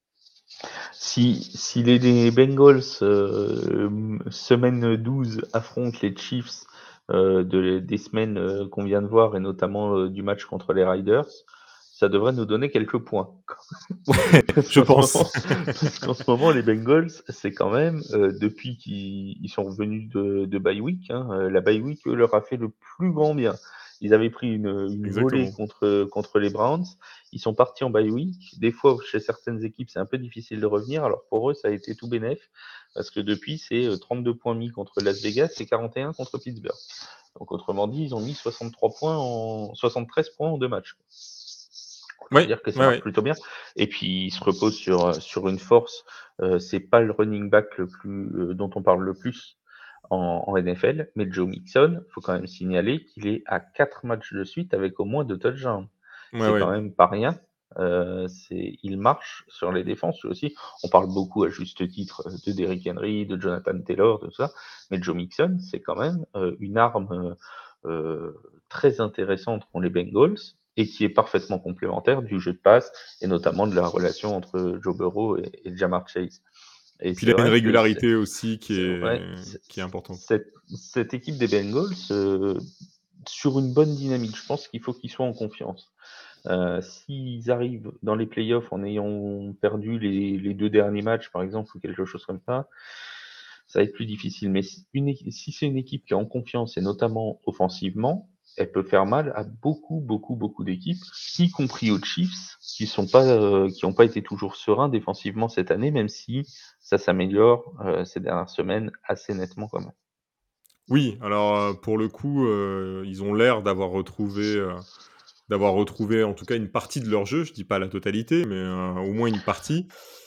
Si si les les Bengals, hem, semaine douze affrontent les Chiefs, heu, de des semaines, heu, qu'on vient de voir et notamment, heu, du match contre les Riders, ça devrait nous donner quelques points. Ouais, Parce je qu'en ce pense. moment parce qu'en ce moment les Bengals, c'est quand même, heu, depuis qu'ils ils sont revenus de de bye week, hein, heu, la bye week, eux, leur a fait le plus grand bien. Ils avaient pris une, une volée Exactement. contre, contre les Browns. Ils sont partis en bye week. Des fois, chez certaines équipes, c'est un peu difficile de revenir. Alors pour eux, ça a été tout bénef parce que depuis, c'est, heu, trente-deux points mis contre Las Vegas et quarante et un contre Pittsburgh. Donc autrement dit, ils ont mis soixante-trois points en soixante-treize points en deux matchs. Autant Oui, dire que ça ouais, marche ouais. plutôt bien. Et puis, il se repose sur, heu, sur une force, heu, c'est pas le running back le plus, heu, dont on parle le plus en en N F L, mais Joe Mixon, faut quand même signaler qu'il est à quatre matchs de suite avec au moins deux touchdowns. Ouais, C'est quand ouais. même pas rien. Heu, c'est il marche sur les défenses lui aussi. On parle beaucoup à juste titre, heu, de Derrick Henry, de Jonathan Taylor, de tout ça, mais Joe Mixon, c'est quand même, heu, une arme, heu heu, très intéressante pour les Bengals et qui est parfaitement complémentaire du jeu de passe et notamment de la relation entre Joe Burrow et et Ja'Marr Chase. Et Puis il c'est a une vrai que c'est régularité aussi qui c'est est ouais, c'est qui est importante. cette cette équipe des Bengals, heu, sur une bonne dynamique, je pense qu'il faut qu'ils soient en confiance. Heu, s'ils arrivent dans les playoffs en ayant perdu les les deux derniers matchs, par exemple, ou quelque chose comme ça, ça va être plus difficile. Mais si une équi si c'est une équipe qui est en confiance et notamment offensivement, elle peut faire mal à beaucoup, beaucoup, beaucoup d'équipes, y compris aux Chiefs, qui sont pas, heu, qui ont pas été toujours sereins défensivement cette année, même si ça s'améliore, heu, ces dernières semaines assez nettement quand même. Oui, alors, heu, pour le coup, heu, ils ont l'air d'avoir retrouvé, heu, d'avoir retrouvé en tout cas une partie de leur jeu. Je dis pas la totalité, mais, heu, au moins une partie.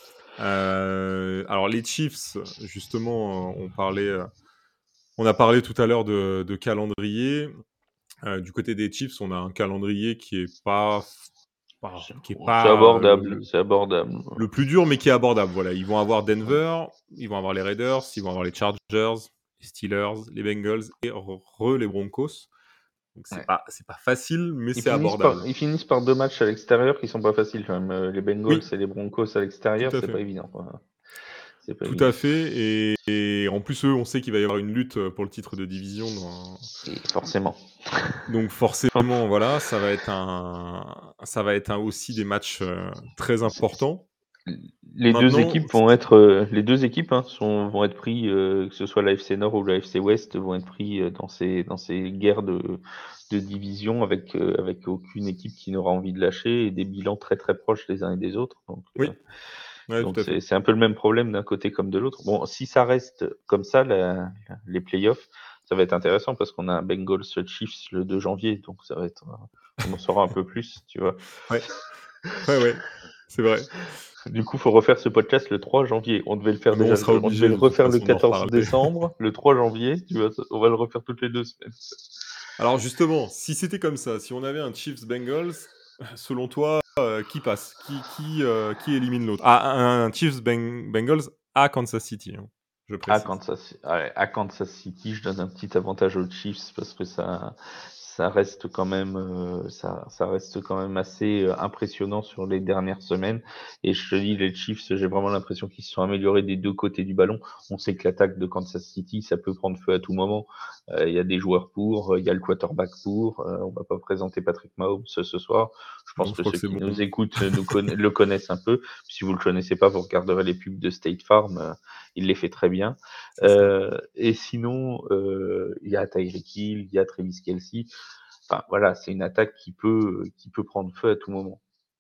Heu, alors les Chiefs, justement, heu, on parlait, heu, on a parlé tout à l'heure de de calendrier. Heu, du côté des Chiefs, on a un calendrier qui est pas f pas C'est qui est c'est pas, heu, le abordable, le c'est abordable. le plus dur, mais qui est abordable, voilà. Ils vont avoir Ouais. Denver, ils vont avoir les Raiders, ils vont avoir les Chargers, les Steelers, les Bengals et re re les Broncos. Donc c'est Ouais. pas c'est pas facile, mais Ils c'est finissent par abordable. ils finissent par deux matchs à l'extérieur qui sont pas faciles quand même, heu, les Bengals Oui, et les Broncos à tout l'extérieur, à c'est fait. pas évident, quoi. C'est pas Tout à évident. fait et et en plus, eux, on sait qu'il va y avoir une lutte, heu, pour le titre de division dans Et forcément. donc forcément, voilà, ça va être un ça va être un aussi des matchs, heu, très C'est c'est importants. les deux Maintenant équipes vont être, heu, les deux équipes, hein, sont vont être pris, heu, que ce soit l'A F C Nord ou l'A F C Ouest, vont être pris, heu, dans ces dans ces guerres de de division avec, heu, avec aucune équipe qui n'aura envie de lâcher et des bilans très, très proches les uns et des autres. Donc, heu, oui, ouais, donc tout à fait. c'est c'est un peu le même problème d'un côté comme de l'autre. Bon, si ça reste comme ça, la la les playoffs, ça va être intéressant parce qu'on a un Bengals Chiefs le deux janvier, donc ça va être, heu, on en saura un peu plus, tu vois? Ouais, ouais, ouais, c'est vrai. Du coup, faut refaire ce podcast le trois janvier. On devait le faire Ah bon, on déjà sera le on devait obligé le de toute refaire le façon d'en quatorze reparler. décembre, le trois janvier, tu vois? On va le refaire toutes les deux semaines. Alors justement, si c'était comme ça, si on avait un Chiefs Bengals, selon toi, heu, qui passe? Qui qui, heu, qui élimine l'autre? Ah, un un Chiefs Beng Bengals à Kansas City, hein, je À précise. Kansas ouais, à Kansas City, je donne un petit avantage aux Chiefs parce que ça ça reste quand même, heu, ça ça reste quand même assez, heu, impressionnant sur les dernières semaines et je te dis les Chiefs, j'ai vraiment l'impression qu'ils se sont améliorés des deux côtés du ballon. On sait que l'attaque de Kansas City, ça peut prendre feu à tout moment. Heu, il y a des joueurs pour, heu, il y a le quarterback pour, heu, on va pas présenter Patrick Mahomes ce ce soir. Je pense Non, je que crois que ceux c'est qui bon. nous écoutent nous conna le connaissent un peu. Si vous le connaissez pas, vous regarderez les pubs de State Farm, heu, il les fait très bien. C'est ça. Heu et sinon, heu, il y a Tyreek Hill, il y a Travis Kelce. Enfin voilà, c'est une attaque qui peut, qui peut prendre feu à tout moment.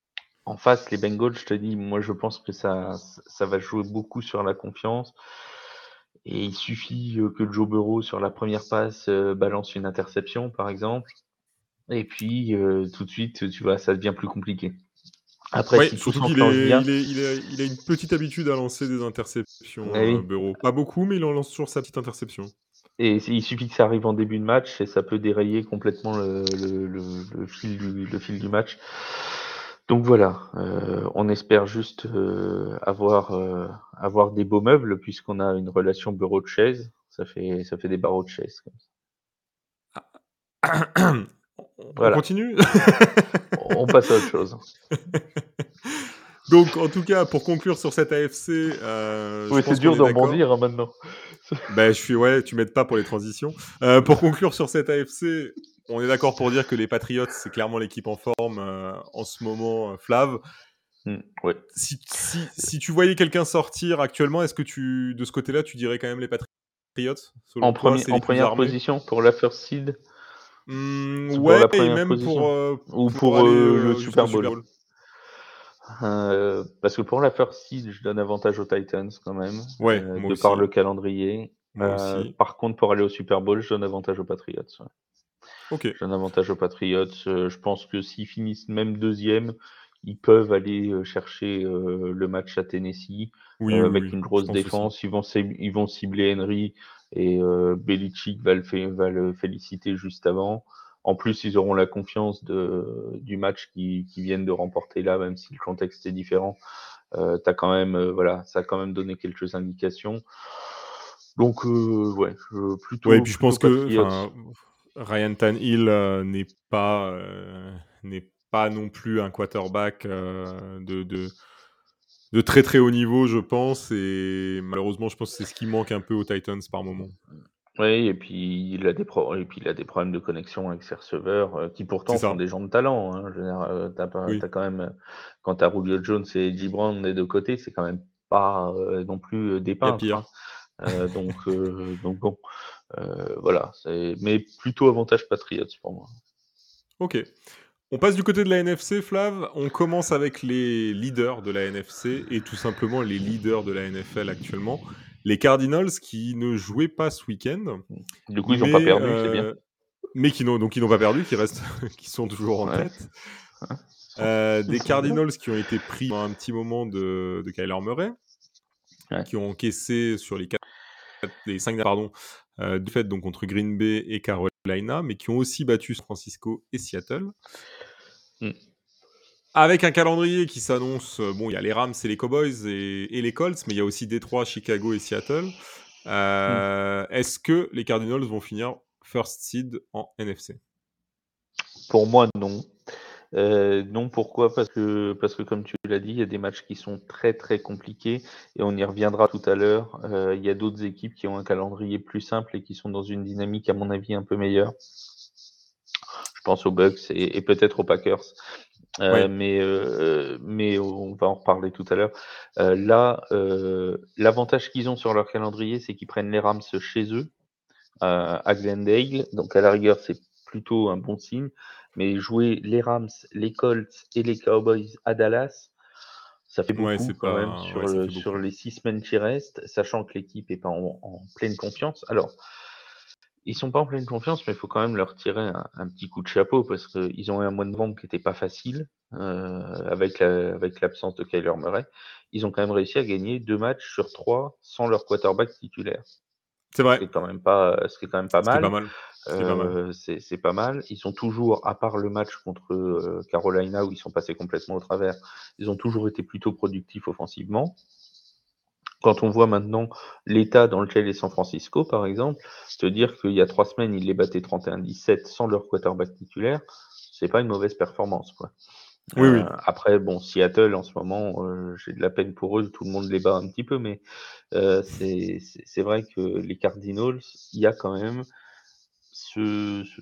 En face, les Bengals, je te dis, moi je pense que ça ça va jouer beaucoup sur la confiance et il suffit, heu, que Joe Burrow sur la première passe, heu, balance une interception par exemple et puis, heu, tout de suite, tu vois, ça devient plus compliqué. Après Oui, si tout surtout qu'il s'enclenche est bien, il est il a il a une petite habitude à lancer des interceptions, eh heu, oui. Burrow. Pas beaucoup, mais il en lance toujours sa petite interception. Et il suffit que ça arrive en début de match et ça peut dérayer complètement le le le le fil du le fil du match. Donc voilà, heu, on espère juste, heu, avoir, heu, avoir des beaux meubles puisqu'on a une relation bureau de chaise. Ça fait ça fait des barreaux de chaise comme ça. On on Voilà, continue? on passe à autre chose. Donc en tout cas, pour conclure sur cette A F C, heu, je Oui, c'est pense qu'on dur est de d'accord. rebondir, hein, maintenant. Ben, je suis ouais, tu m'aides pas pour les transitions. Heu, pour conclure sur cette A F C, on est d'accord pour dire que les Patriots, c'est clairement l'équipe en forme, heu, en ce moment, heu, Flav. Mmh, ouais. Si si si tu voyais quelqu'un sortir actuellement, est-ce que tu de ce côté-là, tu dirais quand même les Patriots? En Selon toi, premier c'est en les plus première armés? position pour la first seed? Mmh, C'est pour ouais la et première même pour, position? heu, Ou pour pour, aller, heu, le heu, jusqu'au Super Super Bowl? Bowl. Heu, parce que pour la first seed, je donne avantage aux Titans quand même, Ouais, heu, moi de par le aussi, calendrier. moi Heu, aussi. par contre, pour aller au Super Bowl, je donne avantage aux Patriots, ouais. OK. Je donne avantage aux Patriots, heu, je pense que s'ils finissent même deuxième, ils peuvent aller, heu, chercher, heu, le match à Tennessee, Oui, heu, oui, avec oui, une je grosse pense aussi. défense. Ils vont cib ils vont cibler Henry et heu, Belichick va le fé va le féliciter juste avant. En plus, ils auront la confiance de du match qu'ils qu'ils viennent de remporter là, même si le contexte est différent. Heu, tu quand même, heu, voilà, ça a quand même donné quelques indications. Donc heu, ouais, je Ouais et plutôt puis je plutôt pense que Patriots. enfin, Ryan Tannehill, heu, n'est pas, heu, n'est pas non plus un quarterback, heu, de de de très, très haut niveau, je pense et malheureusement, je pense que c'est ce qui manque un peu aux Titans par moment. Oui et puis il a des pro et puis il a des problèmes de connexion avec ses receveurs, heu, qui C'est pourtant sont ça, des gens de talent, hein. Je veux dire, heu, tu pas oui. tu quand même, heu, quand tu as Julio Jones et Edgy Brown des deux côtés, c'est quand même pas, heu, non plus, heu, des Il y a peintres, hein. pire. Heu, donc heu, donc bon, heu, voilà, c'est mais plutôt avantage Patriots pour moi. OK. On passe du côté de la N F C, Flav. On commence avec les leaders de la N F C et tout simplement les leaders de la N F L actuellement. Les Cardinals qui ne jouaient pas ce week-end, Du coup, ils ont pas mais, perdu, c'est bien. heu, mais qui n'ont donc ils n'ont pas perdu, qui restent qui sont toujours en Ouais, tête. hein, ils sont Heu, ils des sont bien. Cardinals qui ont été pris dans un petit moment de de Kyler Murray, Ouais. qui ont encaissé sur les quatre les cinq pardon, heu, défaites donc contre Green Bay et Carolina, mais qui ont aussi battu San Francisco et Seattle. Mmh. Avec un calendrier qui s'annonce, heu, bon, il y a les Rams et les Cowboys et et les Colts, mais il y a aussi Détroit, Chicago et Seattle. Mmh. Heu, est-ce que les Cardinals vont finir first seed en N F C? Pour moi, non. Heu, non, pourquoi? Parce que parce que comme tu l'as dit, il y a des matchs qui sont très, très compliqués et on y reviendra tout à l'heure. Heu, il y a d'autres équipes qui ont un calendrier plus simple et qui sont dans une dynamique, à mon avis, un peu meilleure. Je pense aux Bucks et et peut-être aux Packers. Heu, Oui, mais heu, mais on va en reparler tout à l'heure. Heu, là, heu, l'avantage qu'ils ont sur leur calendrier, c'est qu'ils prennent les Rams chez eux, heu, à Glendale, donc à la rigueur, c'est plutôt un bon signe. Mais jouer les Rams, les Colts et les Cowboys à Dallas, ça fait ouais, beaucoup c'est quand même pas ouais, sur ça le fait sur beaucoup. les six semaines qui restent, sachant que l'équipe est pas en en pleine confiance. Alors, ils sont pas en pleine confiance, mais il faut quand même leur tirer un un petit coup de chapeau parce qu'ils ont eu un mois de novembre qui était pas facile, heu, avec la avec l'absence de Kyler Murray. Ils ont quand même réussi à gagner deux matchs sur trois sans leur quarterback titulaire. C'est Ce vrai, qui est quand même pas ce qui est quand même pas ce qui est pas mal. mal, ce qui est pas mal. Heu, c'est c'est pas mal. Ils sont toujours, à part le match contre, heu, Carolina où ils sont passés complètement au travers, ils ont toujours été plutôt productifs offensivement. Quand on voit maintenant l'état dans lequel est San Francisco, par exemple, te dire qu'il y a trois semaines, ils les battaient trente et un dix-sept sans leur quarterback titulaire, c'est pas une mauvaise performance, quoi. Oui, Heu, oui, après bon, Seattle en ce moment, heu, j'ai de la peine pour eux, tout le monde les bat un petit peu, mais heu, c'est c'est c'est vrai que les Cardinals, il y a quand même ce ce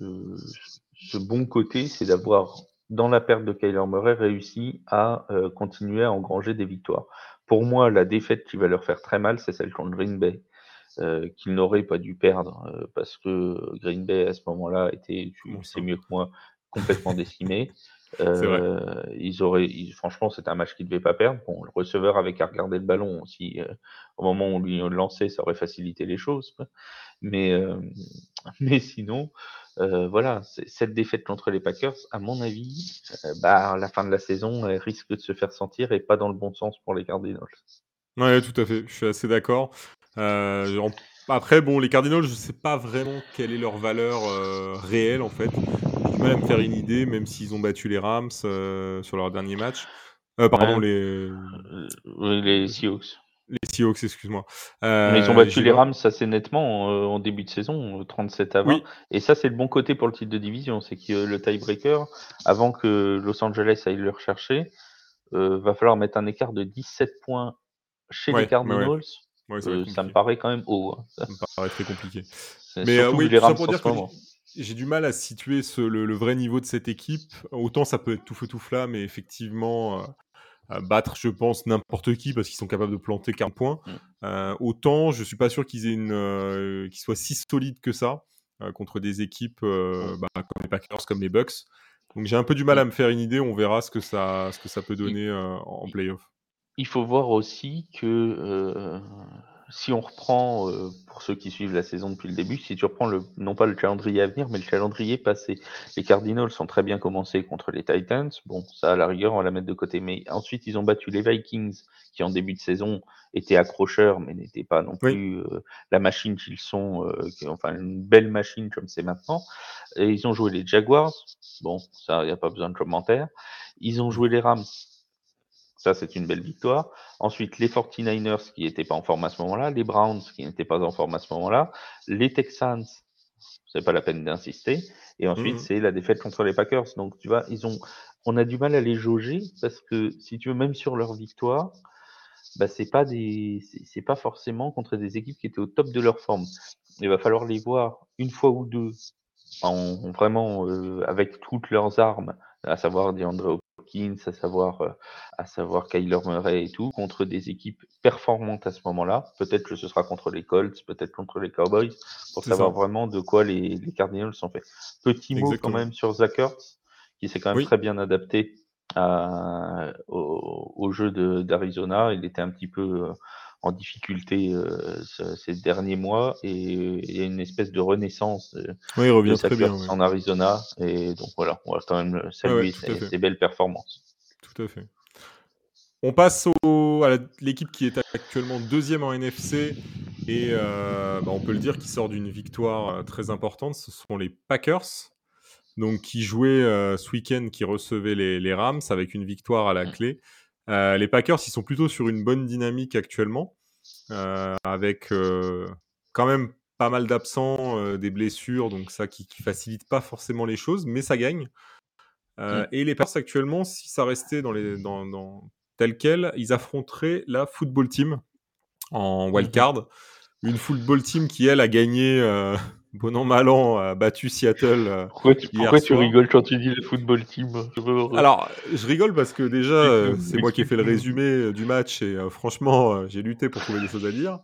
ce ce bon côté, c'est d'avoir, dans la perte de Kyler Murray, réussi à, heu, continuer à engranger des victoires. Pour moi, la défaite qui va leur faire très mal, c'est celle contre Green Bay, heu, qu'ils n'auraient pas dû perdre, heu, parce que Green Bay, à ce moment-là, était, tu le comment sais ça? mieux que moi, complètement décimé. C'est vrai, Heu, ils auraient ils franchement, c'était un match qu'ils ne devaient pas perdre. Bon, le receveur avait qu'à regarder le ballon aussi, heu, au moment où on lui lançait, ça aurait facilité les choses, quoi. Mais, hem, mais sinon, heu, voilà, c'est cette défaite contre les Packers, à mon avis, heu, bah, à la fin de la saison, elle risque de se faire sentir et pas dans le bon sens pour les Cardinals. ouais, tout à fait, je suis assez d'accord. Heu, en après bon, les Cardinals, je sais pas vraiment quelle est leur valeur, heu, réelle, en fait. J'ai du mal à me faire une idée, même s'ils ont battu les Rams, heu, sur leur dernier match. Heu, pardon, Ouais, les heu, oui, les Seahawks. les Seahawks, excuse-moi. Mais ils ont Heu, battu j'ai les vra Rams assez nettement, heu, en début de saison, heu, trente-sept à vingt oui, et ça, c'est le bon côté pour le titre de division, c'est que le tie-breaker, avant que Los Angeles aille le rechercher, heu, va falloir mettre un écart de dix-sept points chez les ouais, ouais, ouais, Cardinals, ouais, ça va être heu, ça me compliqué. paraît quand même haut, hein. Ça me paraît très compliqué. C'est Mais, heu, surtout vu oui, les tout ça Rams pour en dire ce que j'ai moment. j'ai du mal à situer ce le le vrai niveau de cette équipe. Autant ça peut être tout feu tout flamme et effectivement, heu heu, battre, je pense, n'importe qui parce qu'ils sont capables de planter quarante points. Mmh. Heu, autant je suis pas sûr qu'ils aient une, heu, qu'ils soient si solides que ça, heu, contre des équipes, heu, bah, comme les Packers, comme les Bucks. Donc j'ai un peu du mal Il à me faire une idée. On verra ce que ça ce que ça peut il donner, heu, en play-off. Il faut voir aussi que, heu, si on reprend, heu, pour ceux qui suivent la saison depuis le début, si tu reprends le non pas le calendrier à venir, mais le calendrier passé. Les Cardinals ont très bien commencé contre les Titans. Bon, ça, à la rigueur, on va la mettre de côté. Mais ensuite, ils ont battu les Vikings, qui en début de saison étaient accrocheurs, mais n'étaient pas non Oui. plus, heu, la machine qu'ils sont, heu, qui enfin une belle machine comme c'est maintenant. Et ils ont joué les Jaguars. Bon, ça, il y a pas besoin de commentaire. Ils ont joué les Rams. Ça, c'est une belle victoire. Ensuite, les forty-niners qui n'étaient pas en forme à ce moment-là, les Browns qui n'étaient pas en forme à ce moment-là, les Texans, c'est pas la peine d'insister. Et Mmh ensuite, mh. c'est la défaite contre les Packers. Donc, tu vois, ils ont, on a du mal à les jauger parce que si tu veux, même sur leur victoire, bah, c'est pas des c'est c'est pas forcément contre des équipes qui étaient au top de leur forme. Il va falloir les voir une fois ou deux en vraiment, heu, avec toutes leurs armes, à savoir DeAndre Hopkins, à savoir, heu, à savoir Kyler Murray et tout, contre des équipes performantes à ce moment-là. Peut-être que ce sera contre les Colts, peut-être contre les Cowboys, pour C'est savoir ça, vraiment de quoi les les Cardinals sont faits. Petit mot quand exactement. même sur Zach Ertz, qui s'est quand même Oui, très bien adapté à au au jeu de d'Arizona. Il était un petit peu, heu, en difficulté, heu, ce ces derniers mois et il y a une espèce de renaissance, heu, oui, il de revient très Zach bien, Ertz ouais. en Arizona et donc voilà, on va quand même, heu, Ouais, ouais, saluer tout à ses fait, ses belles performances. tout à fait. On passe au à la l'équipe qui est actuellement deuxième en N F C et heu, bah, on peut le dire, qui sort d'une victoire, heu, très importante. Ce sont les Packers, donc qui jouaient, heu, ce week-end, qui recevaient les les Rams avec une victoire à la Mmh, clé. Heu, les Packers, ils sont plutôt sur une bonne dynamique actuellement, heu, avec, heu, quand même pas mal d'absents, heu, des blessures, donc ça qui qui facilite pas forcément les choses, mais ça gagne. Heu mmh, et les Packers actuellement, si ça restait dans les dans dans tel quel, ils affronteraient la football team en wild mmh. card. Une football team qui, elle, a gagné, heu, bon an mal an, a battu Seattle, heu, Pourquoi tu hier pourquoi tu soir. rigoles quand tu dis le football team? Je veux re Alors, je rigole parce que déjà, heu, explique-nous, c'est moi qui ai fait le explique-nous. résumé, heu, du match et heu, franchement, heu, j'ai lutté pour trouver des choses à dire.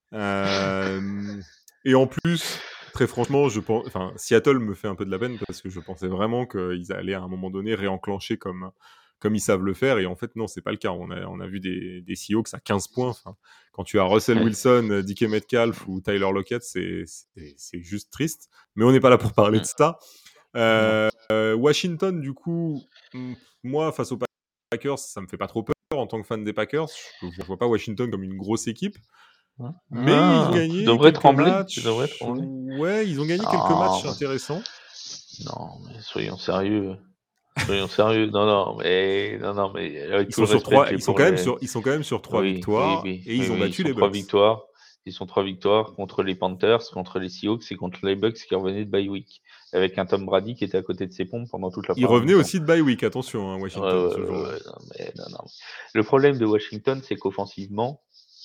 Hem et en plus, très franchement, je pen enfin, Seattle me fait un peu de la peine parce que je pensais vraiment qu'ils allaient à un moment donné réenclencher comme comme ils savent le faire et en fait non, c'est pas le cas. On a on a vu des des Seahawks à quinze points, enfin, quand tu as Russell Ouais. Wilson, heu, D K Metcalf ou Tyler Lockett, c'est c'est c'est juste triste. Mais on n'est pas là pour parler de Mmh, ça. non. Heu, Washington, du coup, mmh, moi, face aux Packers, ça me fait pas trop peur en tant que fan des Packers. Je je vois pas Washington comme une grosse équipe, Hein? mais ils ont Ah! Tu gagné devrais quelques trembler, tu devrais matchs. trembler. Ouais, ils ont gagné quelques Non, matchs intéressants. non, mais soyons sérieux. Soyons sérieux. Non, non, mais non, non, mais avec Ils tout le sont sur respect que trois, j'ai ils sont pour quand même les sur ils sont quand même sur trois oui, oui, victoires oui, et oui, ils ont oui, ils battu sont les trois Bucks. victoires. Ils sont trois victoires contre les Panthers, contre les Seahawks et contre les Bucks qui revenaient de bye week. Avec un Tom Brady qui était à côté de ses pompes pendant toute la Ils première revenaient mi-temps. aussi de bye week, attention, hein, Ouais, Washington, ouais, ce ouais, jour-là. ouais, non, mais non, non. Le problème de Washington, c'est qu'offensivement,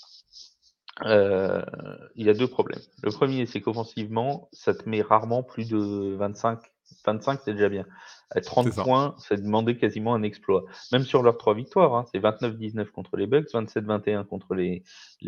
Heu, il y a deux problèmes. Le premier, c'est qu'offensivement, ça te met rarement plus de vingt-cinq. vingt-cinq, c'est déjà bien. À C'est trente ça. points, ça demandait quasiment un exploit. Même sur leurs trois victoires, hein, c'est vingt-neuf dix-neuf contre les Bucks, vingt-sept vingt et un contre les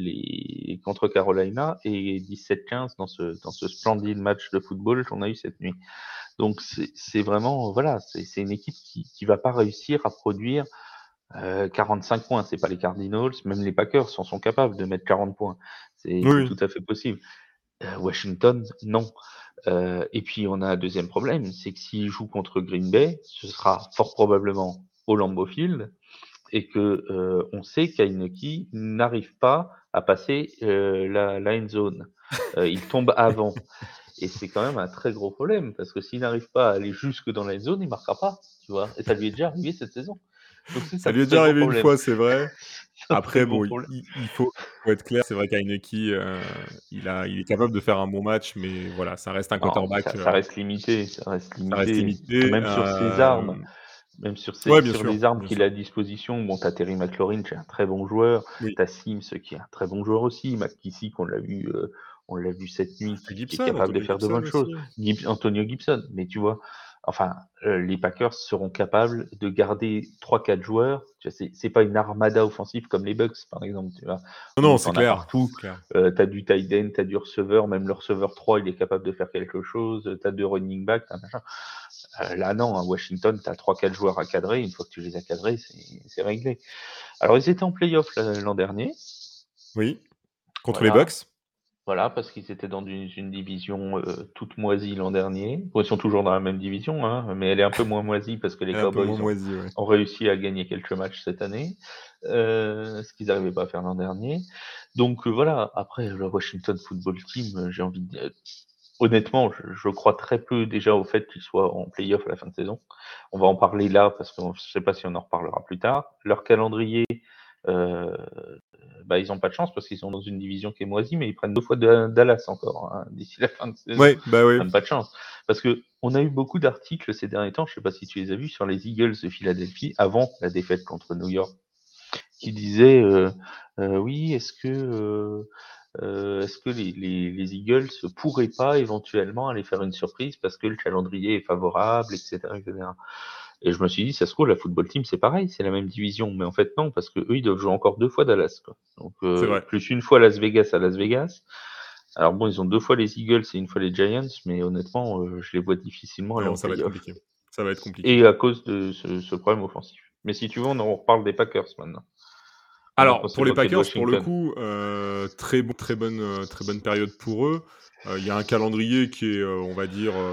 les contre Carolina et dix-sept quinze dans ce dans ce splendide match de football qu'on a eu cette nuit. Donc c'est c'est vraiment voilà, c'est c'est une équipe qui qui va pas réussir à produire Heu, quarante-cinq points, c'est pas les Cardinals, même les Packers en sont capables de mettre quarante points. C'est Oui, c'est oui. tout à fait possible. Heu, Washington, non. Heu et puis on a un deuxième problème, c'est que s'ils jouent contre Green Bay, ce sera fort probablement au Lambeau Field et que, heu, on sait qu'Heineke n'arrive pas à passer, heu, la la end zone. Heu, il tombe avant et c'est quand même un très gros problème parce que s'il n'arrive pas à aller jusque dans la end zone, il marquera pas, tu vois? Et ça lui est déjà arrivé cette saison. Donc c'est Ça un lui est très déjà gros arrivé une problème. fois, c'est vrai. Un très Après gros bon, problème. il il faut faut être clair, c'est vrai qu'Heineke, heu, il a il est capable de faire un bon match, mais voilà, ça reste un Non, mais quarterback, ça ça heu, reste limité, ça reste ça reste limité. limité, Même sur ses armes, hem même sur ses ouais, bien sur sûr, les armes bien qu'il a sûr. à disposition, bon, tu as Terry McLaurin qui est un très bon joueur, Oui. tu as Sims qui est un très bon joueur aussi, McKissick on l'a vu, heu, on l'a vu cette nuit qui qui est Gibson, capable de Antonio faire de Gibson bonnes choses. aussi. Gib Antonio Gibson, mais tu vois? Enfin, heu, les Packers seront capables de garder trois quatre joueurs, tu vois? C'est c'est pas une armada offensive comme les Bucks, par exemple, tu vois? Non, non, Où tu c'est en as clair, partout, c'est clair. heu, tu as du tight end, tu as du receveur, même le receveur trois il est capable de faire quelque chose, heu, tu as deux running backs, tu as machin. Heu, là non, à Washington, tu as trois quatre joueurs à cadrer, une fois que tu les as cadrés, c'est c'est réglé. Alors ils étaient en play-off le l'an dernier, Oui, contre les voilà, Bucks, voilà, parce qu'ils étaient dans une une division, heu, toute moisie l'an dernier. Bon, ils sont toujours dans la même division, hein, mais elle est un peu moins moisie parce que les et un peu moins Cowboys ont moisi, ouais. ont réussi à gagner quelques matchs cette année, heu, ce qu'ils n'arrivaient pas à faire l'an dernier. Donc, heu, voilà, après le Washington Football Team, heu, j'ai envie de dire honnêtement, je je crois très peu déjà au fait qu'ils soient en play-off à la fin de saison. On va en parler là parce que je ne sais pas si on en reparlera plus tard. Leur calendrier, heu, bah, ils ont pas de chance parce qu'ils sont dans une division qui est moisie, mais ils prennent deux fois Da Dallas encore, hein, d'ici la fin de saison. Ouais, bah, ouais. Même pas de chance. Parce qu'on a eu beaucoup d'articles ces derniers temps, je sais pas si tu les as vus, sur les Eagles de Philadelphie avant la défaite contre New York. qui disait euh, euh, oui, est-ce que euh, euh, est-ce que les, les, les Eagles pourraient pas éventuellement aller faire une surprise parce que le calendrier est favorable, et cetera, et cetera. Et je me suis dit, ça se trouve, la football team, c'est pareil, c'est la même division. Mais en fait, non, parce que eux, ils doivent jouer encore deux fois Dallas, quoi. Donc, C'est euh, vrai. plus une fois Las Vegas à Las Vegas. Alors bon, ils ont deux fois les Eagles et une fois les Giants, mais honnêtement, euh, je les vois difficilement aller Non, en ça va être playoff. compliqué. Ça va être compliqué. Et à cause de ce, ce problème offensif. Mais si tu veux, on en reparle des Packers maintenant. On a Alors, passé pour le les côté de Packers, pour le Washington. coup, euh, très, bon, très, bonne, euh, très bonne période pour eux. Euh, Il y a un calendrier qui est, euh, on va dire, euh,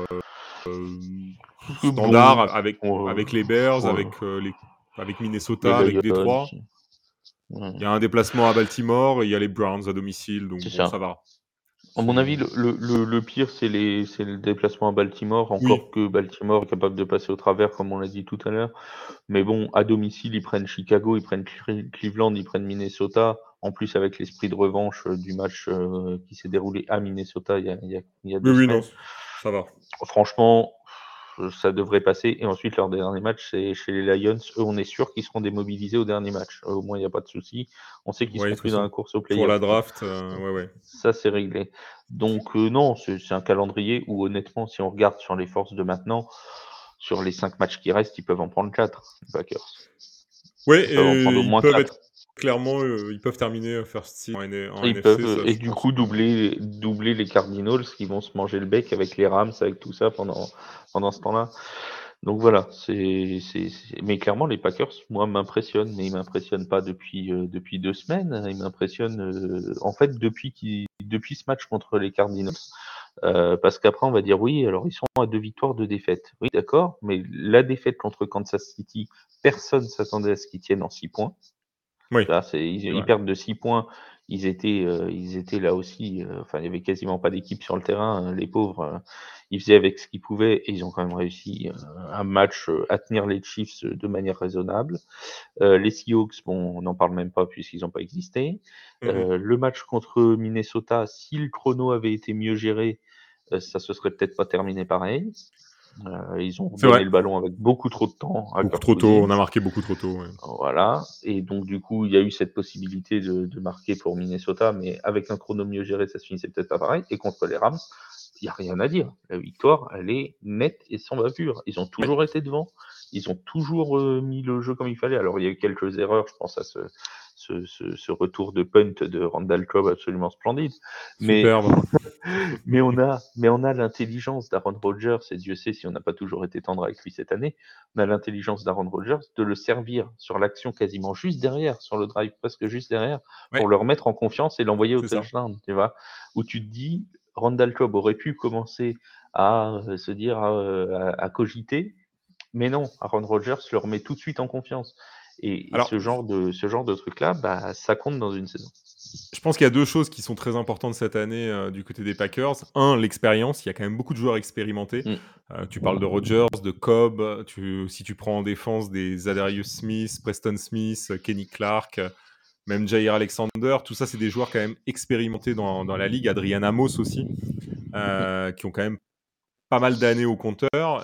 C'est standard bon. avec, Ouais, avec les Bears, ouais. avec, euh, les, avec Les Minnesota, avec Lions. Détroit. Ouais, Il y a un déplacement à Baltimore et il y a les Browns à domicile, donc c'est bon, ça. ça va. À mon avis, C'est- le, le, le, le pire, c'est les, c'est le déplacement à Baltimore, Oui, encore que Baltimore est capable de passer au travers, comme on l'a dit tout à l'heure. Mais bon, à domicile, ils prennent Chicago, ils prennent Cle- Cleveland, ils prennent Minnesota. En plus, avec l'esprit de revanche euh, du match euh, qui s'est déroulé à Minnesota il y a, il y a, il y a oui, deux oui, non, semaines. ça va. Franchement, euh, ça devrait passer. Et ensuite, leur dernier match, c'est chez les Lions. Eux, on est sûr qu'ils seront démobilisés au dernier match. Euh, Au moins, il n'y a pas de souci. On sait qu'ils Oui, de seront toute plus dans la façon, course au pour la playoff, quoi. draft, euh, ouais, ouais. Ça, c'est réglé. Donc, euh, non, c'est c'est un calendrier où, honnêtement, si on regarde sur les forces de maintenant, sur les cinq matchs qui restent, ils peuvent en prendre quatre, les Packers. Ouais, Ils peuvent en et prendre au ils moins peuvent être quatre. clairement, euh, ils peuvent terminer euh, first seed en, N- en Ils N F C, peuvent, ça, et je du pense coup, que. doubler, doubler les Cardinals qui vont se manger le bec avec les Rams, avec tout ça pendant, pendant ce temps-là. Donc voilà, c'est, c'est, c'est- mais clairement, les Packers, moi, m'impressionnent, mais ils m'impressionnent pas depuis, euh, depuis deux semaines. Ils m'impressionnent, euh, en fait, depuis qu'ils, depuis ce match contre les Cardinals. Euh, parce qu'après, on va dire oui, alors ils sont à deux victoires, deux défaites. Oui, d'accord, mais la défaite contre Kansas City, personne s'attendait à ce qu'ils tiennent en six points. Oui, Là, c'est, ils, c'est ils vrai. perdent de six points. Ils étaient, euh, ils étaient là aussi. euh, Enfin, il y avait quasiment pas d'équipe sur le terrain. hein, Les pauvres, euh, ils faisaient avec ce qu'ils pouvaient et ils ont quand même réussi euh, un match euh, à tenir les Chiefs euh, de manière raisonnable. Euh, les Seahawks, bon, on n'en parle même pas puisqu'ils n'ont pas existé. Mhm. Euh, le match contre Minnesota, si le chrono avait été mieux géré, euh, ça se serait peut-être pas terminé pareil. Euh, ils ont C'est donné vrai. le ballon avec beaucoup trop de temps à Beaucoup Kirk trop tôt, Cousins. on a marqué beaucoup trop tôt. Ouais. Voilà. Et donc, du coup, il y a eu cette possibilité de, de marquer pour Minnesota, mais avec un chrono mieux géré, ça se finissait peut-être pas pareil. Et contre les Rams, il n'y a rien à dire. La victoire, elle est nette et sans bavure. Ils ont Oui, toujours été devant. Ils ont toujours euh, mis le jeu comme il fallait. Alors, il y a eu quelques erreurs. Je pense à ce, ce, ce, ce retour de punt de Randall Cobb absolument splendide. Mais superbe. mais on a, mais on a l'intelligence d'Aaron Rodgers, et Dieu sait si on n'a pas toujours été tendre avec lui cette année, on a l'intelligence d'Aaron Rodgers de le servir sur l'action quasiment juste derrière, sur le drive presque juste derrière, pour Ouais, le remettre en confiance et l'envoyer au c'est ça. touchdown, tu vois. Où tu te dis, Randall Cobb aurait pu commencer à euh, se dire, euh, à, à cogiter, mais non, Aaron Rodgers le remet tout de suite en confiance. Et, et Alors, ce genre de, ce genre de truc-là, bah, ça compte dans une saison. je pense qu'il y a deux choses qui sont très importantes cette année euh, du côté des Packers. Un, l'expérience. Il y a quand même beaucoup de joueurs expérimentés. Mm. Euh, tu parles de Rodgers, de Cobb. Tu, si tu prends en défense des Zadarius Smith, Preston Smith, Kenny Clark, euh, même Jair Alexander, tout ça, c'est des joueurs quand même expérimentés dans, dans la ligue. Adrian Amos aussi, Mm. euh, qui ont quand même pas mal d'années au compteur.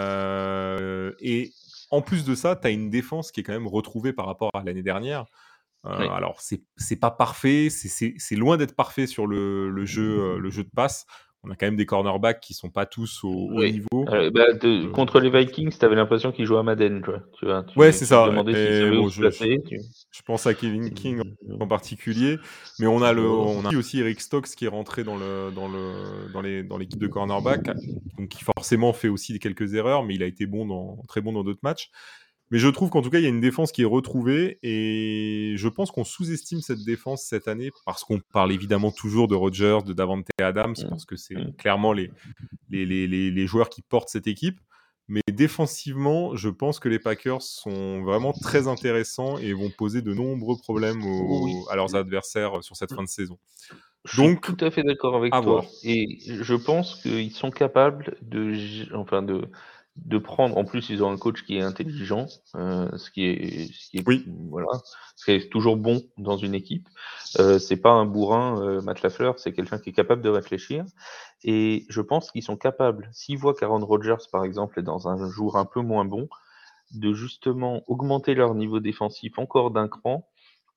Euh, et en plus de ça, tu as une défense qui est quand même retrouvée par rapport à l'année dernière. Euh, Oui. alors, c'est c'est pas parfait, c'est- c'est c'est loin d'être parfait sur le, le jeu, euh, le jeu de passe. On a quand même des cornerbacks qui sont pas tous au haut Oui. niveau. Euh, bah, de- Euh, contre les Vikings, tu avais l'impression qu'ils jouaient à Madden, quoi. Tu vois, ouais, tu, c'est tu te ça. demandais s'ils Et savaient où bon, se je, je, placer. Tu... je pense à Kevin King Euh, en particulier, mais on a le, voilà. on a aussi Eric Stokes qui est rentré dans le, dans le, dans les, dans l'équipe de cornerback, donc qui forcément fait aussi quelques erreurs, mais il a été bon dans, très bon dans d'autres matchs. Mais je trouve qu'en tout cas, il y a une défense qui est retrouvée et je pense qu'on sous-estime cette défense cette année parce qu'on parle évidemment toujours de Rodgers, de Davante Adams, Mm. parce que c'est Mm. clairement les, les, les, les, les joueurs qui portent cette équipe. Mais défensivement, je pense que les Packers sont vraiment très intéressants et vont poser de nombreux problèmes Oui, aux, à leurs adversaires sur cette fin de saison. je suis Donc, tout à fait d'accord avec à toi. voir. Et je pense qu'ils sont capables de, g- enfin de, de prendre. En plus, ils ont un coach qui est intelligent, euh, ce qui est, ce qui est, Oui, voilà, ce qui est toujours bon dans une équipe. Euh, c'est pas un bourrin, euh, Matt Lafleur, c'est quelqu'un qui est capable de réfléchir. Et je pense qu'ils sont capables, s'ils voient qu'Aaron Rodgers, par exemple, est dans un jour un peu moins bon, de justement augmenter leur niveau défensif encore d'un cran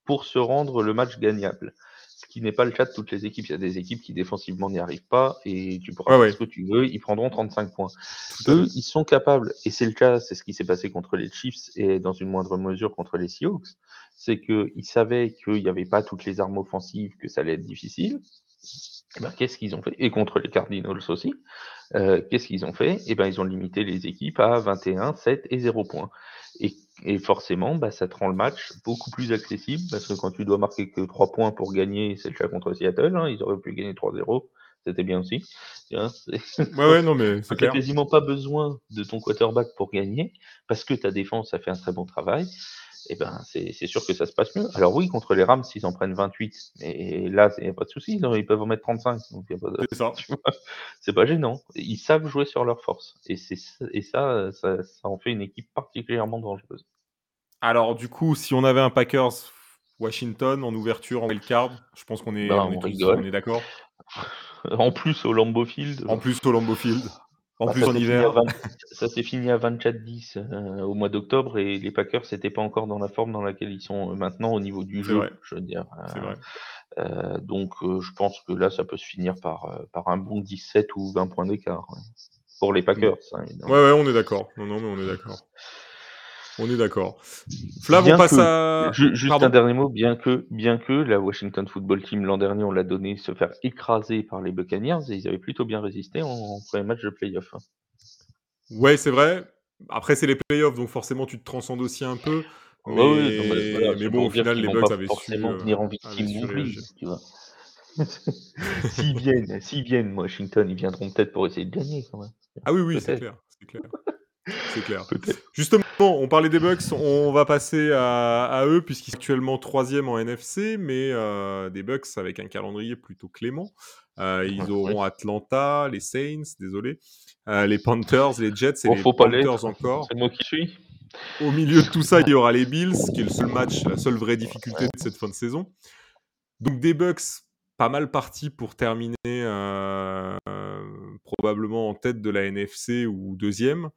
pour se rendre le match gagnable. Ce qui n'est pas le cas de toutes les équipes. Il y a des équipes qui défensivement n'y arrivent pas et tu pourras Ouais, faire ouais. ce que tu veux, ils prendront trente-cinq points. Tout à Eux, fait. ils sont capables, et c'est le cas, c'est ce qui s'est passé contre les Chiefs et dans une moindre mesure contre les Seahawks, c'est qu'ils savaient qu'il n'y avait pas toutes les armes offensives, que ça allait être difficile. Eh ben, qu'est-ce qu'ils ont fait? Et contre les Cardinals aussi. Euh, qu'est-ce qu'ils ont fait? Eh ben, ils ont limité les équipes à vingt et un, sept et zéro points. Et, et forcément, bah, ça te rend le match beaucoup plus accessible, parce que quand tu dois marquer que trois points pour gagner, c'est le cas contre Seattle, hein, ils auraient pu gagner trois zéro, c'était bien aussi. Hein, c'est... Ouais, ouais, non, mais c'est T'as clair. quasiment pas besoin de ton quarterback pour gagner, parce que ta défense a fait un très bon travail. Eh ben, c'est, c'est sûr que ça se passe mieux. Alors oui, contre les Rams, ils en prennent vingt-huit, mais là, il n'y a pas de souci, ils peuvent en mettre trente-cinq, donc y a pas de... C'est ça. tu vois, c'est pas gênant. Ils savent jouer sur leurs forces, et, c'est, et ça, ça, ça en fait une équipe particulièrement dangereuse. Alors, du coup, si on avait un Packers Washington en ouverture en wildcard, je pense qu'on est, Ben, on est on tous, rigole. on est d'accord. En plus, au Lambeau Field, En plus au Lambeau Field, en bah, plus ça, en s'est fini à hiver. vingt... ça s'est fini à vingt-quatre dix euh, au mois d'octobre, et les Packers n'étaient pas encore dans la forme dans laquelle ils sont euh, maintenant au niveau du C'est jeu, vrai, je veux dire. c'est Euh, vrai. euh, donc, euh, je pense que là, ça peut se finir par, euh, par un bon dix-sept ou vingt points d'écart, ouais. Pour les Packers, hein, évidemment. Ouais, ouais, on est d'accord. Non, non, mais on est d'accord. On est d'accord. Flav, on Bien passe que, à... ju- juste Pardon un dernier mot, bien que, bien que la Washington Football Team l'an dernier, on l'a donné se faire écraser par les Buccaneers, et ils avaient plutôt bien résisté en, en premier match de playoff. Hein. Ouais, c'est vrai. Après, c'est les playoffs, donc forcément, tu te transcendes aussi un peu. Ouais, oui, non, mais voilà, Mais, mais c'est bon, pour au dire final, qu'ils les vont Bucks pas avaient su, forcément euh, venir en avaient victime su non plus, réagir. tu vois. S'ils viennent, s'ils viennent, Washington, ils viendront peut-être pour essayer de gagner quand même. Ah oui, oui, c'est Peut-être, clair, c'est clair. C'est clair. peut-être. Justement, on parlait des Bucks, on va passer à, à eux, puisqu'ils sont actuellement troisième en N F C, mais euh, des Bucks avec un calendrier plutôt clément. Euh, ils auront Atlanta, les Saints, désolé, euh, les Panthers, les Jets et Bon, les faut pas Panthers l'être, encore. c'est moi qui suis. Au milieu de tout ça, il y aura les Bills, qui est le seul match, la seule vraie difficulté de cette fin de saison. Donc des Bucks pas mal partis pour terminer euh, euh, probablement en tête de la N F C ou deuxième.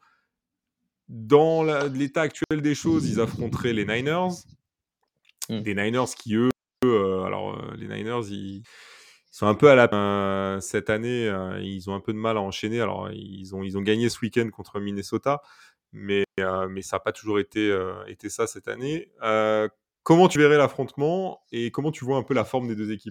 Dans la, l'état actuel des choses, ils affronteraient les Niners. Mm. Des Niners qui, eux, euh, alors euh, les Niners, ils, ils sont un peu à la... Euh, cette année, euh, ils ont un peu de mal à enchaîner. Alors, ils ont, ils ont gagné ce week-end contre Minnesota, mais, euh, mais ça n'a pas toujours été, euh, été ça cette année. Euh, comment tu verrais l'affrontement et comment tu vois un peu la forme des deux équipes?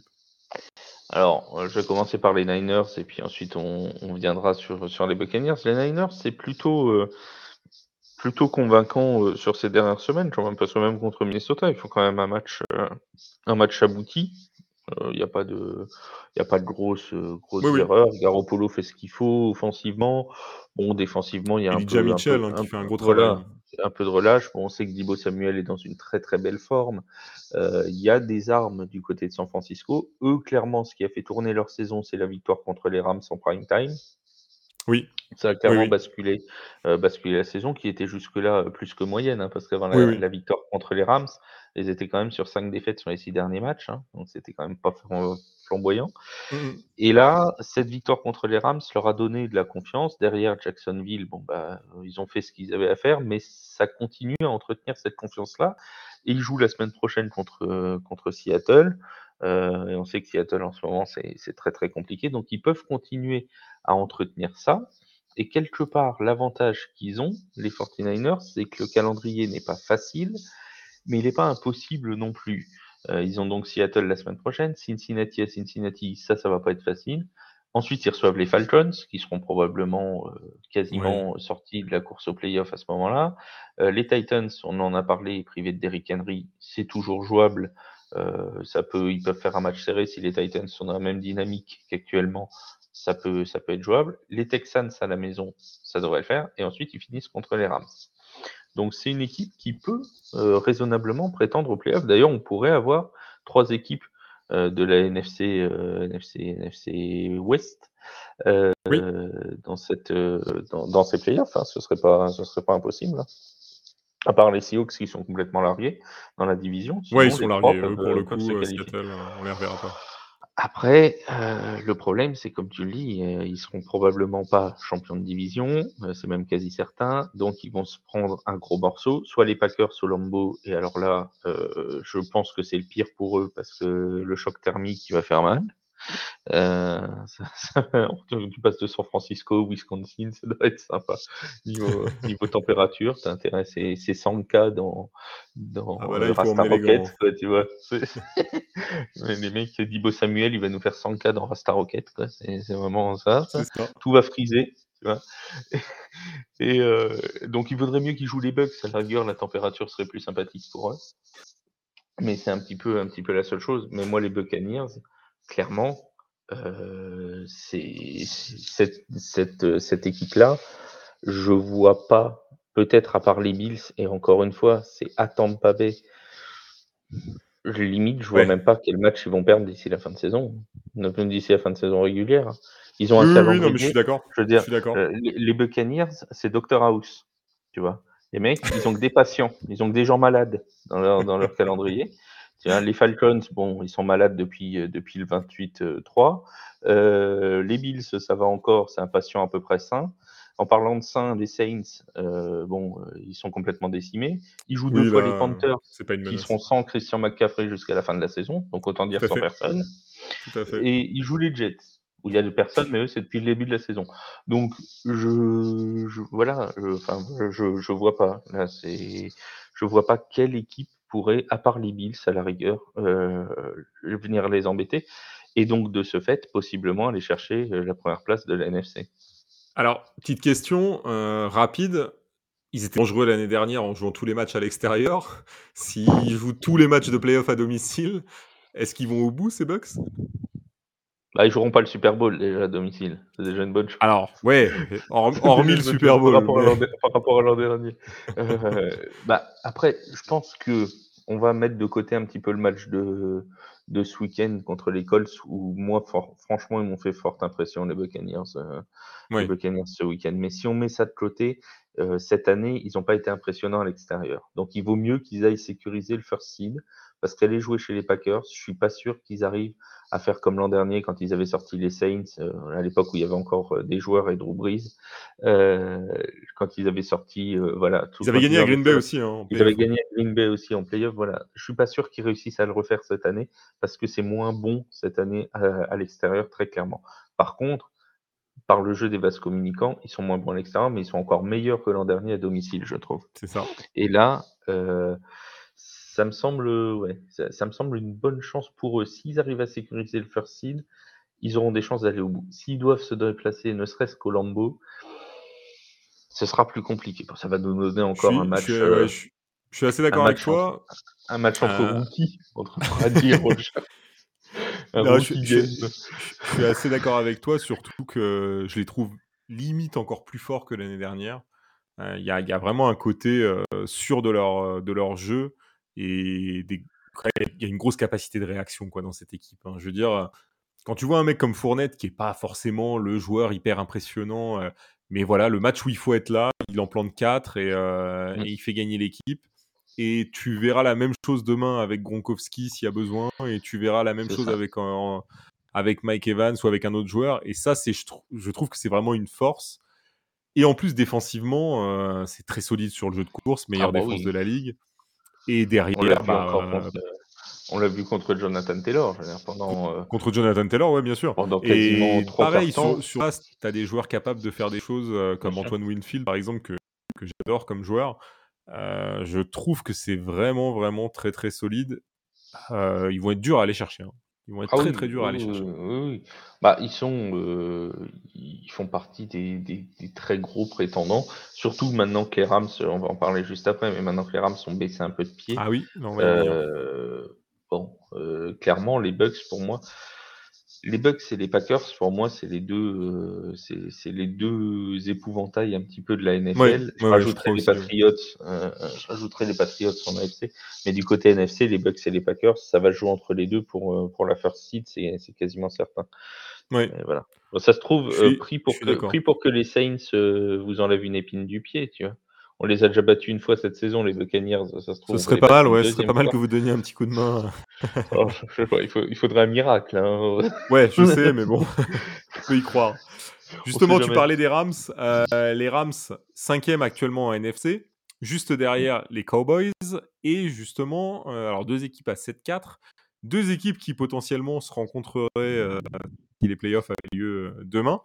Alors, euh, je vais commencer par les Niners et puis ensuite on, on viendra sur, sur les Buccaneers. Les Niners, c'est plutôt, euh, plutôt convaincant euh, sur ces dernières semaines, quand même, parce que même contre Minnesota, ils font quand même un match, euh, un match abouti. Il n'y a pas de, y a pas de grosses, euh, Oui, grosses oui. erreurs. Garoppolo fait ce qu'il faut offensivement. Bon, défensivement, il y a un Elijah peu, un peu, Mitchell hein, un, qui fait un gros travail. voilà, un peu de relâche. Bon, on sait que Deebo Samuel est dans une très très belle forme. Euh, Il y a des armes du côté de San Francisco. Eux, clairement, ce qui a fait tourner leur saison, c'est la victoire contre les Rams en prime time. Oui, Ça a oui, clairement oui. basculé, euh, basculé la saison qui était jusque-là euh, plus que moyenne, hein, parce qu'avant Oui, la, oui. la victoire contre les Rams, ils étaient quand même sur cinq défaites sur les six derniers matchs, hein, donc c'était quand même pas flam- flamboyant. Mm-hmm. Et là, cette victoire contre les Rams leur a donné de la confiance. Derrière Jacksonville, bon bah, ils ont fait ce qu'ils avaient à faire, mais ça continue à entretenir cette confiance-là. Et ils jouent la semaine prochaine contre, euh, contre Seattle. Euh, et on sait que Seattle en ce moment, c'est c'est très très compliqué. Donc ils peuvent continuer à entretenir ça. Et quelque part, l'avantage qu'ils ont, les forty-niners, c'est que le calendrier n'est pas facile, mais il n'est pas impossible non plus. Euh, ils ont donc Seattle la semaine prochaine, Cincinnati à Cincinnati, ça, ça va pas être facile. Ensuite, ils reçoivent les Falcons, qui seront probablement euh, Oui. quasiment sortis de la course au playoff à ce moment-là. Euh, les Titans, on en a parlé, privés de Derrick Henry, c'est toujours jouable. Euh, ça peut, ils peuvent faire un match serré si les Titans sont dans la même dynamique qu'actuellement. Ça peut, ça peut être jouable. Les Texans à la maison, ça devrait le faire. Et ensuite, ils finissent contre les Rams. Donc c'est une équipe qui peut euh, raisonnablement prétendre au playoff. D'ailleurs, on pourrait avoir trois équipes euh, de la N F C, euh, N F C, N F C West euh, Oui. dans cette, euh, dans, dans ces playoffs. Hein. Ce serait pas, ce serait pas impossible. Hein. À part les Seahawks qui sont complètement largués dans la division, Ouais, ils sinon sont les largués. trois Eux, peuvent, pour euh, le peuvent se coup, euh, qualifier. Seattle, euh, on les reverra pas. Après, heu, le problème, c'est comme tu le dis, heu, ils seront probablement pas champions de division, heu, c'est même quasi certain, donc ils vont se prendre un gros morceau, soit les Packers au Lambeau et alors là, heu, je pense que c'est le pire pour eux parce que le choc thermique, il va faire mal. Heu, ça ça tu tu passes de San Francisco au Wisconsin, ça doit être sympa. Niveau niveau température, tu as intérêt c'est c'est cent K dans Ah dans, bah là, heu, il faut Rasta emmener les Rocket, gants, hein. quoi, tu vois? C'est les les mecs, Deebo Samuel, il va nous faire cent K dans Rasta Rocket, quoi, c'est c'est vraiment ça, C'est ça. ça. Tout va friser, tu vois? Et heu, donc il vaudrait mieux qu'ils jouent les Bucks, à la rigueur, la température serait plus sympathique pour eux. Mais c'est un petit peu un petit peu la seule chose. Mais moi, les Buccaneers, clairement, heu, c'est c'est cette cette, heu, cette équipe-là, je vois pas, peut-être à part les Bills et encore une fois, c'est à Tampa Bay. Je limite, je vois Ouais. même pas quel match ils vont perdre d'ici la fin de saison. Ne même d'ici la fin de saison régulière. Ils ont Oui, un oui, oui, non, mais je suis calendrier, d'accord. je veux Je dire, suis d'accord. heu, les les Buccaneers, c'est Docteur House, tu vois? Les mecs, ils ont que des patients, ils ont que des gens malades dans leur dans leur calendrier. Tu vois? Les Falcons, bon, ils sont malades depuis, heu, depuis le vingt-huit, heu, trois. Heu, les Bills, ça va encore, c'est un patient à peu près sain. En parlant de sain, les Saints, heu, bon, heu, ils sont complètement décimés. Ils jouent deux Oui, fois les là, Panthers c'est pas une qui menace. seront sans Christian McCaffrey jusqu'à la fin de la saison, donc autant dire Tout à sans fait, personne. tout à fait. Et ils jouent les Jets, où il y a des personnes, mais eux, c'est depuis le début de la saison. Donc je je voilà, je enfin, je je vois pas. Là, c'est je vois pas quelle équipe pourrait, à part les Bills à la rigueur, heu, venir les embêter et donc de ce fait, possiblement aller chercher, heu, la première place de la N F C. Alors, petite question, heu, rapide. Ils étaient dangereux l'année dernière en jouant tous les matchs à l'extérieur. S'ils jouent tous les matchs de play-off à domicile, est-ce qu'ils vont au bout ces Bucks? Bah, ils joueront pas le Super Bowl déjà à domicile, c'est déjà une bonne chose. Alors, ouais, horm C'est déjà hormis le une bonne chose Super par Bowl, rapport à mais l'an der par rapport à l'an dernier. Heu, bah, après, je pense qu'on va mettre de côté un petit peu le match de de ce week-end contre les Colts où moi, for franchement, ils m'ont fait forte impression les Buccaneers, heu, les oui, Buccaneers ce week-end. Mais si on met ça de côté, heu, cette année, ils ont pas été impressionnants à l'extérieur. Donc il vaut mieux qu'ils aillent sécuriser le first seed parce qu'aller jouer chez les Packers, je suis pas sûr qu'ils arrivent à faire comme l'an dernier quand ils avaient sorti les Saints, heu, à l'époque où il y avait encore, heu, des joueurs et Drew Brees. Heu, quand ils avaient sorti, heu, voilà, tout ils avaient quand gagné ils à avaient Green fait Bay le aussi, hein, en ils avaient play-off, hein. gagné à Green Bay aussi en play-off, voilà. Je suis pas sûr qu'ils réussissent à le refaire cette année, parce que c'est moins bon cette année à à l'extérieur, très clairement. Par contre, par le jeu des vases communicants, ils sont moins bons à l'extérieur, mais ils sont encore meilleurs que l'an dernier à domicile, je trouve. C'est ça. Et là, heu, ça me semble, ouais, ça ça me semble une bonne chance pour eux. S'ils arrivent à sécuriser le first seed, ils auront des chances d'aller au bout. S'ils doivent se déplacer, ne serait-ce qu'au Lambeau, ce sera plus compliqué. Bon, ça va nous donner Je encore un suis je match, suis ouais, heu, je suis je suis assez un d'accord avec match entre toi, un match entre heu, rookies, entre Brady et Rodgers, un non, je rookie je game. je je suis assez d'accord avec toi, surtout que je les trouve limite encore plus forts que l'année dernière. Heu, il y a il y a vraiment un côté, heu, sûr de leur, heu, de leur jeu et des ouais, il y a une grosse capacité de réaction, quoi, dans cette équipe, hein. Je veux dire, heu, quand tu vois un mec comme Fournette qui est pas forcément le joueur hyper impressionnant, heu, mais voilà, le match où il faut être là, il en plante quatre et heu Mmh, et il fait gagner l'équipe et tu verras la même chose demain avec Gronkowski s'il y a besoin et tu verras la même c'est chose ça, avec un avec Mike Evans ou avec un autre joueur et ça, c'est je trou je trouve que c'est vraiment une force et en plus défensivement, heu, c'est très solide sur le jeu de course, ah meilleure bah défense de oui, la ligue et on l'a derrière, vu encore bah, contre, heu, on l'a vu contre Jonathan Taylor, je veux dire co pendant, heu, contre Jonathan Taylor, ouais, bien sûr pendant quasiment et trois quarts pareil temps. sur sur passe, tu as des joueurs capables de faire des choses, heu, Bien comme sûr, Antoine Winfield, par exemple, que que j'adore comme joueur. Heu, je trouve que c'est vraiment, vraiment très, très solide. Heu, ils vont être durs à aller chercher, hein. Ils vont être ah très, oui, très durs à oui, aller oui, chercher. oui, oui. Bah, ils sont, heu, ils font partie des des des très gros prétendants, surtout maintenant que les Rams, on va en parler juste après, mais maintenant que les Rams ont baissé un peu de pied. Ah oui, on va y venir. Heu, bon, heu, clairement les Bucks pour moi les Bucks et les Packers pour moi c'est les deux, heu, c'est c'est les deux épouvantails un petit peu de la Ouais, N F L. Je ouais, ouais, je rajouterais crois les aussi, ouais. Patriots, heu, je rajouterais les Patriots en A F C, mais du côté N F C, les Bucks et les Packers, ça va jouer entre les deux pour, heu, pour la first seed, c'est c'est quasiment certain. Ouais, Mais voilà. Bon ça se trouve, je heu, suis pris je pour suis que d'accord. pris pour que les Saints, heu, vous enlèvent une épine du pied, tu vois? on les a déjà battus une fois cette saison, les Buccaneers. Ça se Ce trouve, on va serait les pas battre mal, une ouais, ce serait deuxième pas mal fois. que vous donniez un petit coup de main. Oh, je sais pas, il faut il faudrait un miracle, hein. Ouais, je sais, mais bon, on peut y croire. On sait Justement, tu jamais. parlais des Rams. Heu, les Rams, cinquième actuellement en N F C, juste Mmh. derrière les Cowboys et justement, heu, alors deux équipes à sept quatre, deux équipes qui potentiellement se rencontreraient, heu, si les playoffs avaient lieu, heu, demain.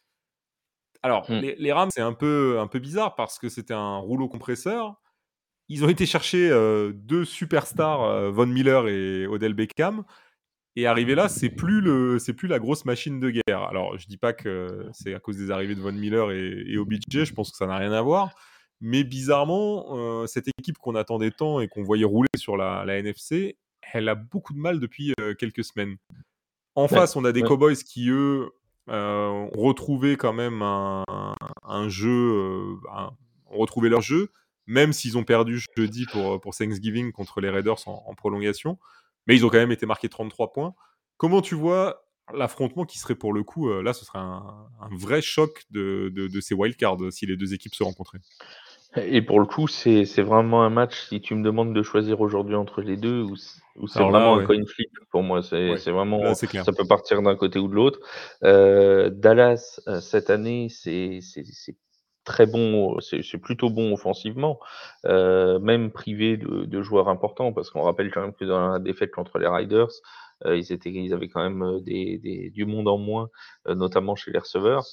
Alors Mmh. les les Rams, c'est un peu un peu bizarre parce que c'était un rouleau compresseur. Ils ont été chercher, heu, deux superstars, heu, Von Miller et Odell Beckham. Et arrivé là, c'est plus le c'est plus la grosse machine de guerre. Alors, je dis pas que c'est à cause des arrivées de Von Miller et et O B J, je pense que ça n'a rien à voir. Mais bizarrement, heu, cette équipe qu'on attendait tant et qu'on voyait rouler sur la la N F C, elle a beaucoup de mal depuis, heu, quelques semaines. En Ouais, face, on a des ouais. Cowboys qui, eux, heu, ont retrouvé quand même un un jeu, heu, un ont retrouvé leur jeu, même s'ils ont perdu jeudi pour, pour Thanksgiving contre les Raiders en en prolongation. Mais ils ont quand même été marqués trente-trois points. Comment tu vois l'affrontement qui serait pour le coup, heu, là, ce serait un un vrai choc de de de ces wildcards, heu, si les deux équipes se rencontraient? Et pour le coup, c'est c'est vraiment un match, si tu me demandes de choisir aujourd'hui entre les deux, où c où c'est Alors là, vraiment un ouais, coin flip pour moi. C'est ouais, c'est là, vraiment, c'est clair. ça peut partir d'un côté ou de l'autre. Heu, Dallas, heu, cette année, c'est c'est c'est très bon, c'est c'est plutôt bon offensivement, heu, même privé de de joueurs importants, parce qu'on rappelle quand même que dans la défaite contre les Riders, heu, ils étaient ils avaient quand même, heu, des des du monde en moins, heu, notamment chez les receveurs.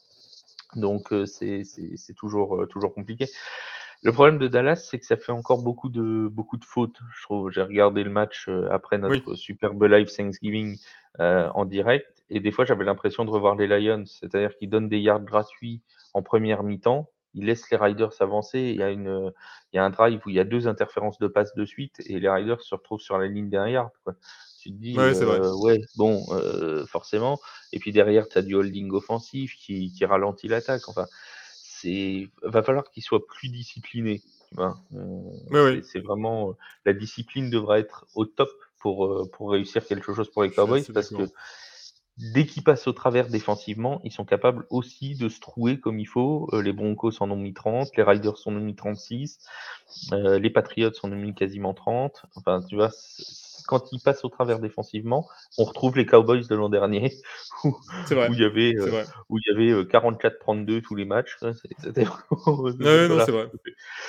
Donc heu, c'est c'est c'est toujours, heu, toujours compliqué. Le problème de Dallas, c'est que ça fait encore beaucoup de beaucoup de fautes, je trouve. J'ai regardé le match, heu, après Oui, notre superbe live Thanksgiving, heu, en direct, et des fois, j'avais l'impression de revoir les Lions. C'est-à-dire qu'ils donnent des yards gratuits en première mi-temps, ils laissent les Riders avancer. Il y a une, il y a un drive où il y a deux interférences de passes de suite et les Riders se retrouvent sur la ligne d'un yard, quoi. Tu te dis, ouais, c'est vrai. heu, ouais, bon, heu, forcément, et puis derrière, tu as du holding offensif qui qui ralentit l'attaque. Enfin, c'est va falloir qu'ils soient plus disciplinés, tu vois? Heu, Oui, oui, c'est c'est vraiment, heu, la discipline devra être au top pour, heu, pour réussir quelque chose pour les je suis Cowboys, assez parce d'accord. que dès qu'ils passent au travers défensivement, ils sont capables aussi de se trouer comme il faut. Heu, les Broncos en ont mis trente, les Riders en ont mis trente-six, heu, les Patriots en ont mis quasiment trente. Enfin, tu vois? C Quand ils passent au travers défensivement, on retrouve les Cowboys de l'an dernier où C'est où vrai, il y avait, c'est heu, vrai. où il y avait, heu, quarante-quatre trente-deux tous les matchs, quoi. C'est c'était vraiment, Ouais, ouais, non, voilà. c'est vrai.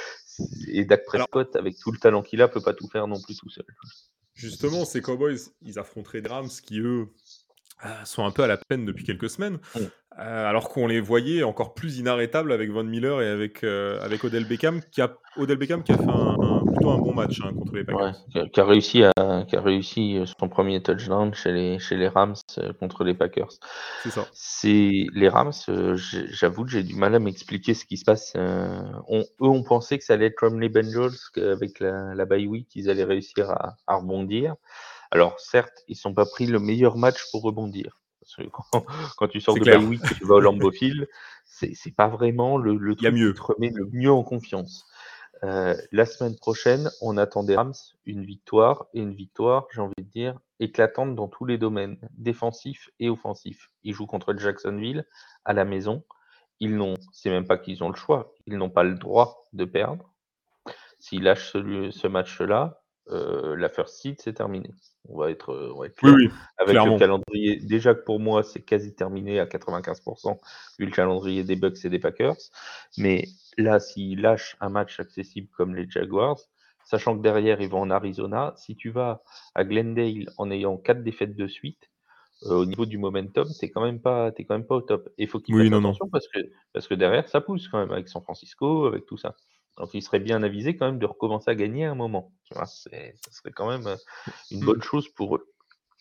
Et Dak Alors Prescott, avec tout le talent qu'il a, peut pas tout faire non plus tout seul. justement, ces Cowboys, ils affronteraient des Rams qui, eux, heu, sont un peu à la peine depuis quelques semaines, Mmh. heu, alors qu'on les voyait encore plus inarrêtables avec Von Miller et avec, heu, avec Odell Beckham qui a Odell Beckham qui a fait un un plutôt un bon match, hein, contre les Ouais, Packers. qui a qui a réussi à qui a réussi, heu, son premier touchdown chez les chez les Rams, heu, contre les Packers. C'est ça. C'est les Rams, heu, j'ai j'avoue que j'ai du mal à m'expliquer ce qui se passe, heu, on eux ont pensé que ça allait être comme les Bengals, qu'avec la la bye week, ils allaient réussir à à rebondir. Alors certes, ils sont pas pris le meilleur match pour rebondir. Parce que quand quand tu sors C'est de bye clair. week et tu vas au Lambeau Field, c'est c'est pas vraiment le le Il y a truc qui te mieux. remet le mieux en confiance. Heu, la semaine prochaine, on attend des Rams une victoire, et une victoire, j'ai envie de dire, éclatante dans tous les domaines, défensifs et offensifs. Ils jouent contre Jacksonville à la maison. Ils n'ont C'est même pas qu'ils ont le choix, ils n'ont pas le droit de perdre. S'ils lâchent celui ce match-là, heu, la first seed, c'est terminé. On va être, heu, on va être Oui, clair. oui, Avec le clairement. calendrier, déjà que pour moi, c'est quasi terminé à quatre-vingt-quinze, vu le calendrier des Bucks et des Packers. Mais là, s'ils lâchent un match accessible comme les Jaguars, sachant que derrière, ils vont en Arizona, si tu vas à Glendale en ayant quatre défaites de suite, heu, au niveau du momentum, tu es quand même pas tu es quand même pas au top. Et il faut qu'ils Oui, fassent non, non. attention, parce que parce que derrière, ça pousse quand même avec San Francisco, avec tout ça. Donc il serait bien avisé quand même de recommencer à gagner à un moment, tu vois? C'est Ça serait quand même, heu, une Mmh. bonne chose pour eux.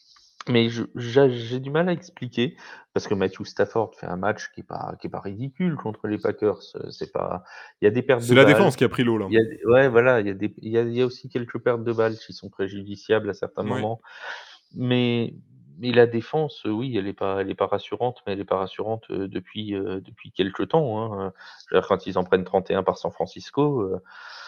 Mais je j'a j'ai du mal à expliquer, parce que Matthew Stafford fait un match qui est pas qui est pas ridicule contre les Packers, heu, c'est pas, il y a des pertes C'est de la balles, défense qui a pris l'eau, là. il y a des ouais, voilà, il y a des il y a il y a aussi quelques pertes de balles qui sont préjudiciables à certains Ouais. moments. Mais mais la défense, heu, oui, elle est pas elle est pas rassurante, mais elle est pas rassurante, heu, depuis, heu, depuis quelque temps, hein, heu. Je veux dire, quand ils en prennent trente et un par San Francisco, heu,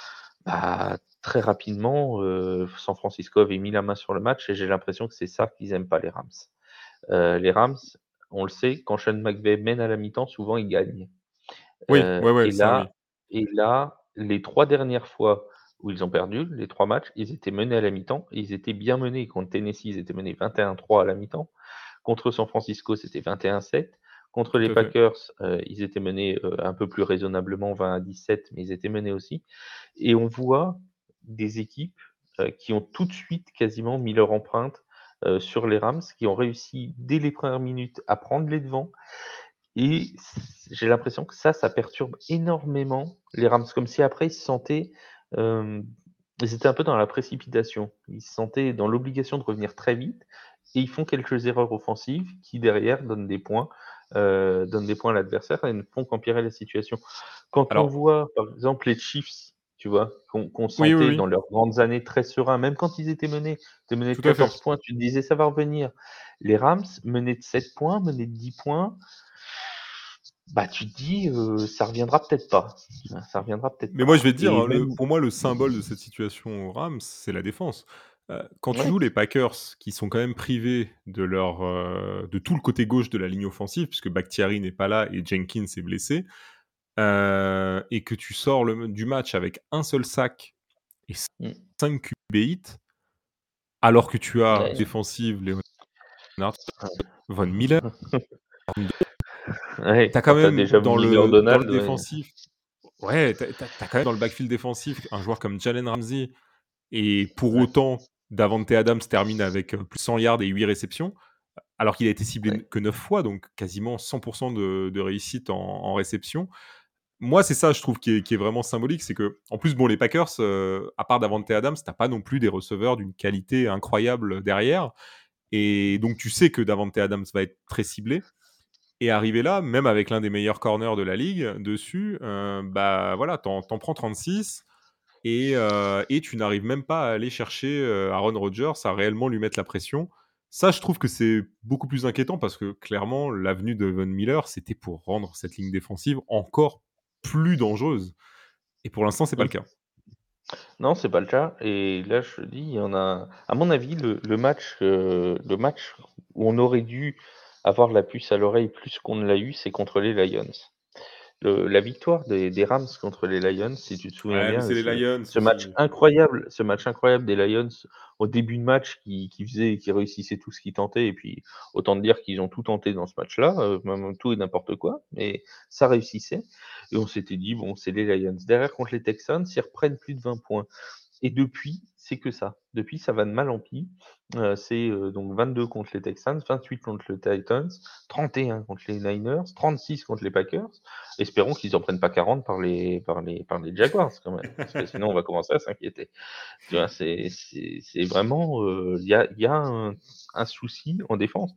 bah, très rapidement, heu, San Francisco avait mis la main sur le match, et j'ai l'impression que c'est ça qu'ils aiment pas, les Rams. Heu, les Rams, on le sait, quand Sean McVay mène à la mi-temps, souvent ils gagnent. Oui, Heu ouais, ouais, et ça, oui. là et là, les trois dernières fois où ils ont perdu, les trois matchs, ils étaient menés à la mi-temps et ils étaient bien menés. Contre Tennessee, ils étaient menés vingt et un trois à la mi-temps. Contre San Francisco, c'était vingt et un sept. Contre les Tout à fait. Packers, heu, ils étaient menés, heu, un peu plus raisonnablement vingt à dix-sept, mais ils étaient menés aussi et on voit des équipes, heu, qui ont tout de suite quasiment mis leur empreinte, heu, sur les Rams, qui ont réussi dès les premières minutes à prendre les devants et c j'ai l'impression que ça, ça perturbe énormément les Rams. Comme si après ils se sentaient, hem, ils étaient un peu dans la précipitation. Ils se sentaient dans l'obligation de revenir très vite et ils font quelques erreurs offensives qui derrière donnent des points, heu, donnent des points à l'adversaire et ne font qu'empirer la situation. Quand on Alors, voit, par exemple, les Chiefs, tu vois? Qu'on qu'on oui, oui, sentait oui, dans leurs grandes années très sereins, même quand ils étaient menés, ils étaient menés de tout à fait. quatorze points, tu te disais: «Ça va revenir». Les Rams menés de sept points, menés de dix points, bah, tu te dis, heu, ça reviendra peut-être pas. Ça reviendra peut-être Mais moi, je pas vais te dire, et hein, le même pour moi, le symbole de cette situation aux Rams, c'est la défense. Heu, quand tu ouais, joues les Packers, qui sont quand même privés de leur, heu, de tout le côté gauche de la ligne offensive, puisque Bakhtiari n'est pas là et Jenkins est blessé, heu et que tu sors le du match avec un seul sac et mmh, cinq Q B hits, alors que tu as ouais, défensive Leonard, Von Miller, tu ouais, as quand quand tu as même déjà dans Miller le dans le Donald, ouais, défensif ouais, tu as tu as quand même dans le backfield défensif un joueur comme Jalen Ramsey. Et pour ouais, autant, Davante Adams termine avec, heu, plus de cent yards et huit réceptions, alors qu'il a été ciblé ouais, n que neuf fois, donc quasiment cent de de réussite en en réception. Moi, c'est ça, je trouve, qui est qui est vraiment symbolique, c'est que, en plus, bon, les Packers, heu, à part Davante Adams, tu pas non plus des receveurs d'une qualité incroyable derrière et donc tu sais que Davante Adams va être très ciblé et arrivé là, même avec l'un des meilleurs corners de la ligue dessus, heu, bah, voilà, tu en tu en prends trente-six et, heu, et tu n'arrives même pas à aller chercher, heu, Aaron Rodgers, à réellement lui mettre la pression. Ça, je trouve que c'est beaucoup plus inquiétant parce que clairement, l'avenue de Von Miller, c'était pour rendre cette ligne défensive encore plus dangereuse. Et pour l'instant, c'est pas le mmh. cas. Non, c'est pas le cas et là, je te dis, il y en a à mon avis, le le match, heu, le match où on aurait dû avoir la puce à l'oreille plus qu'on ne l'a eu, c'est contre les Lions. Le la victoire des des Rams contre les Lions, si tu te souviens Ouais, mais bien, c'est les ce Lions ce match aussi. incroyable ce match incroyable des Lions au début de match qui qui faisait qui réussissaient tout ce qu'ils tentaient et puis autant te dire qu'ils ont tout tenté dans ce match-là, heu, même tout et n'importe quoi, mais ça réussissait et on s'était dit: «Bon, c'est les Lions». Derrière contre les Texans, ils reprennent plus de vingt points. Et depuis, c'est que ça. Depuis, ça va de mal en pis. Heu, c'est, heu, donc vingt-deux contre les Texans, vingt-huit contre les Titans, trente et un contre les Niners, trente-six contre les Packers. Espérons qu'ils en prennent pas quarante par les par les par les Jaguars quand même, parce que sinon on va commencer à s'inquiéter. Tu vois? C'est c'est c'est vraiment, heu, il y a il y a un un souci en défense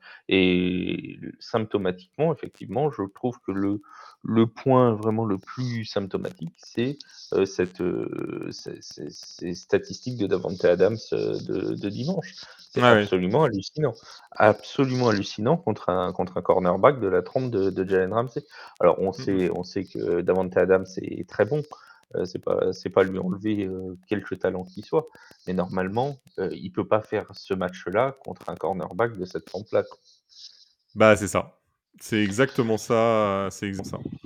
et symptomatiquement, effectivement, je trouve que le le point vraiment le plus symptomatique, c'est, heu, cette, heu, ces ces ces statistiques de Davante Adams, heu, de de dimanche. Ouais, C'est ouais. absolument hallucinant. Absolument hallucinant contre un contre un cornerback de la trempe de de Jalen Ramsey. Alors on Mmh mh. sait on sait que Davante Adams est très bon, heu, c'est pas c'est pas lui enlever, heu, quelque talent qu'il soit, mais normalement, heu, il peut pas faire ce match-là contre un cornerback de cette trempe-là, quoi. Bah, c'est ça. C'est exactement ça, c'est exactement ça.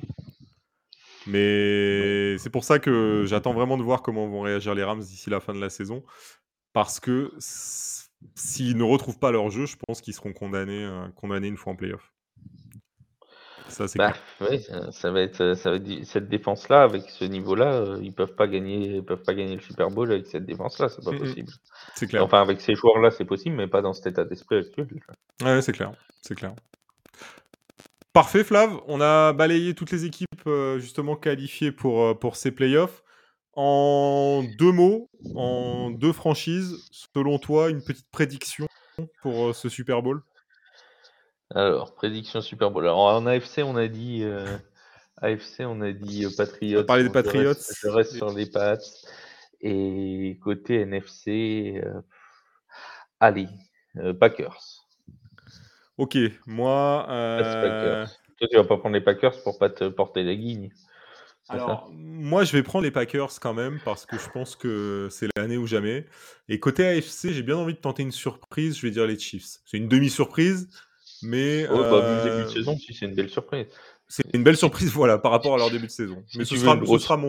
Donc Mais c'est pour ça que j'attends vraiment de voir comment vont réagir les Rams d'ici la fin de la saison. Parce que s s'ils ne retrouvent pas leur jeu, je pense qu'ils seront condamnés, heu, condamnés une fois en playoff. Ça, c'est bah, clair. oui, ça ça va être, heu, ça va être di cette défense-là, avec ce niveau-là, heu, ils peuvent pas gagner ils peuvent pas gagner le Super Bowl avec cette défense-là, c'est pas Mmh mh. possible. C'est clair. Enfin, avec ces joueurs-là, c'est possible, mais pas dans cet état d'esprit actuel. Ouais, ouais, c'est clair, c'est clair. Parfait Flav, on a balayé toutes les équipes, heu, justement qualifiées pour, heu, pour ces playoffs. En deux mots, en deux franchises, selon toi, une petite prédiction pour, heu, ce Super Bowl? Alors, prédiction Super Bowl. Alors en A F C, on a dit, heu, A F C, on a dit, heu, On a Patriots, parlé des bon je Patriots reste je reste et sur les Pats et côté N F C, heu, allez, heu, Packers. OK, moi, Pats heu Packers. Toi, tu vas pas prendre les Packers pour pas te porter la guigne, c'est ça? alors, moi, je vais prendre les Packers quand même parce que je pense que c'est l'année ou jamais. Et côté A F C, j'ai bien envie de tenter une surprise, je vais dire les Chiefs. C'est une demi-surprise, mais Oh bah, vu le début de heu, saison, si c'est une belle surprise. c'est une belle Si surprise, voilà, par rapport à leur début de saison. Mais si ce tu veux une sera ce grosse sera mon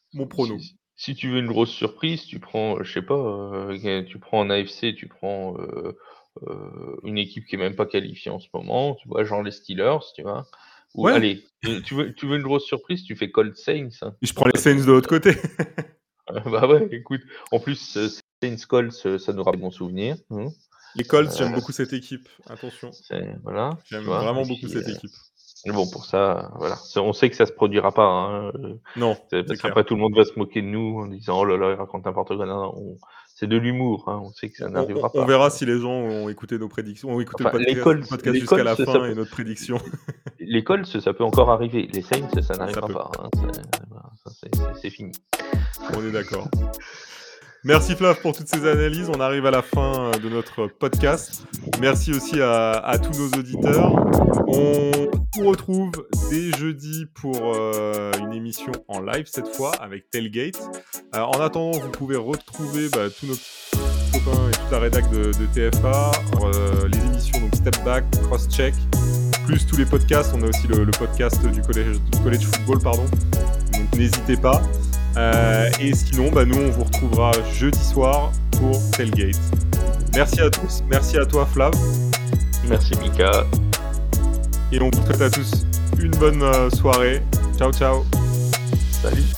mon prono. Si, si tu veux une grosse surprise, tu prends, je sais pas, euh, tu prends en A F C, tu prends euh, euh, une équipe qui est même pas qualifiée en ce moment, tu vois, genre les Steelers, tu vois. Ou Ouais, allez, euh, tu veux, tu veux une grosse surprise, tu fais Colts Saints. Hein. je prends les Ça, Saints de l'autre côté. bah ouais, écoute, en plus, euh, Saints Colts, euh, ça nous rappelle de bons souvenirs. Hein. Les Colts, Euh, j'aime beaucoup cette équipe. Attention, c'est, voilà, tu j'aime vois. vraiment Et beaucoup puis, cette euh, équipe. mais bon, pour ça, voilà. C'est- On sait que ça se produira pas. Hein. euh, Non, c'est- c'est Parce clair. qu'après, tout le monde va se moquer de nous en disant oh là là, il raconte n'importe quoi. Non, non, on- c'est de l'humour. Hein. On sait que ça On, on- n'arrivera on pas. verra si les gens ont écouté nos prédictions, ont écouté le Enfin, les podcast, le Colts, podcast les jusqu'à la Colts, ça fin peut, et notre prédiction. les Colts, ça peut encore arriver. Les Saints, ça Ça n'arrivera peut. pas. Hein. C'est, voilà, ça, c'est- c'est- c'est fini. On est d'accord. Merci Flav pour toutes ces analyses. On arrive à la fin de notre podcast. Merci aussi à, à tous nos auditeurs. On vous retrouve dès jeudi pour euh, une émission en live cette fois avec Tailgate. Euh, en attendant, vous pouvez retrouver bah, tous nos copains et toute la rédac de, de T F A, euh, les émissions donc Step Back, Cross Check, plus tous les podcasts. On a aussi le, le podcast du collège, du college football, pardon. Donc n'hésitez pas. Euh, et sinon, bah, nous, on vous retrouvera jeudi soir pour Tailgate. Merci à tous, merci à toi Flav. Merci Mika. Et on vous souhaite à tous une bonne euh, soirée. Ciao, ciao. Salut.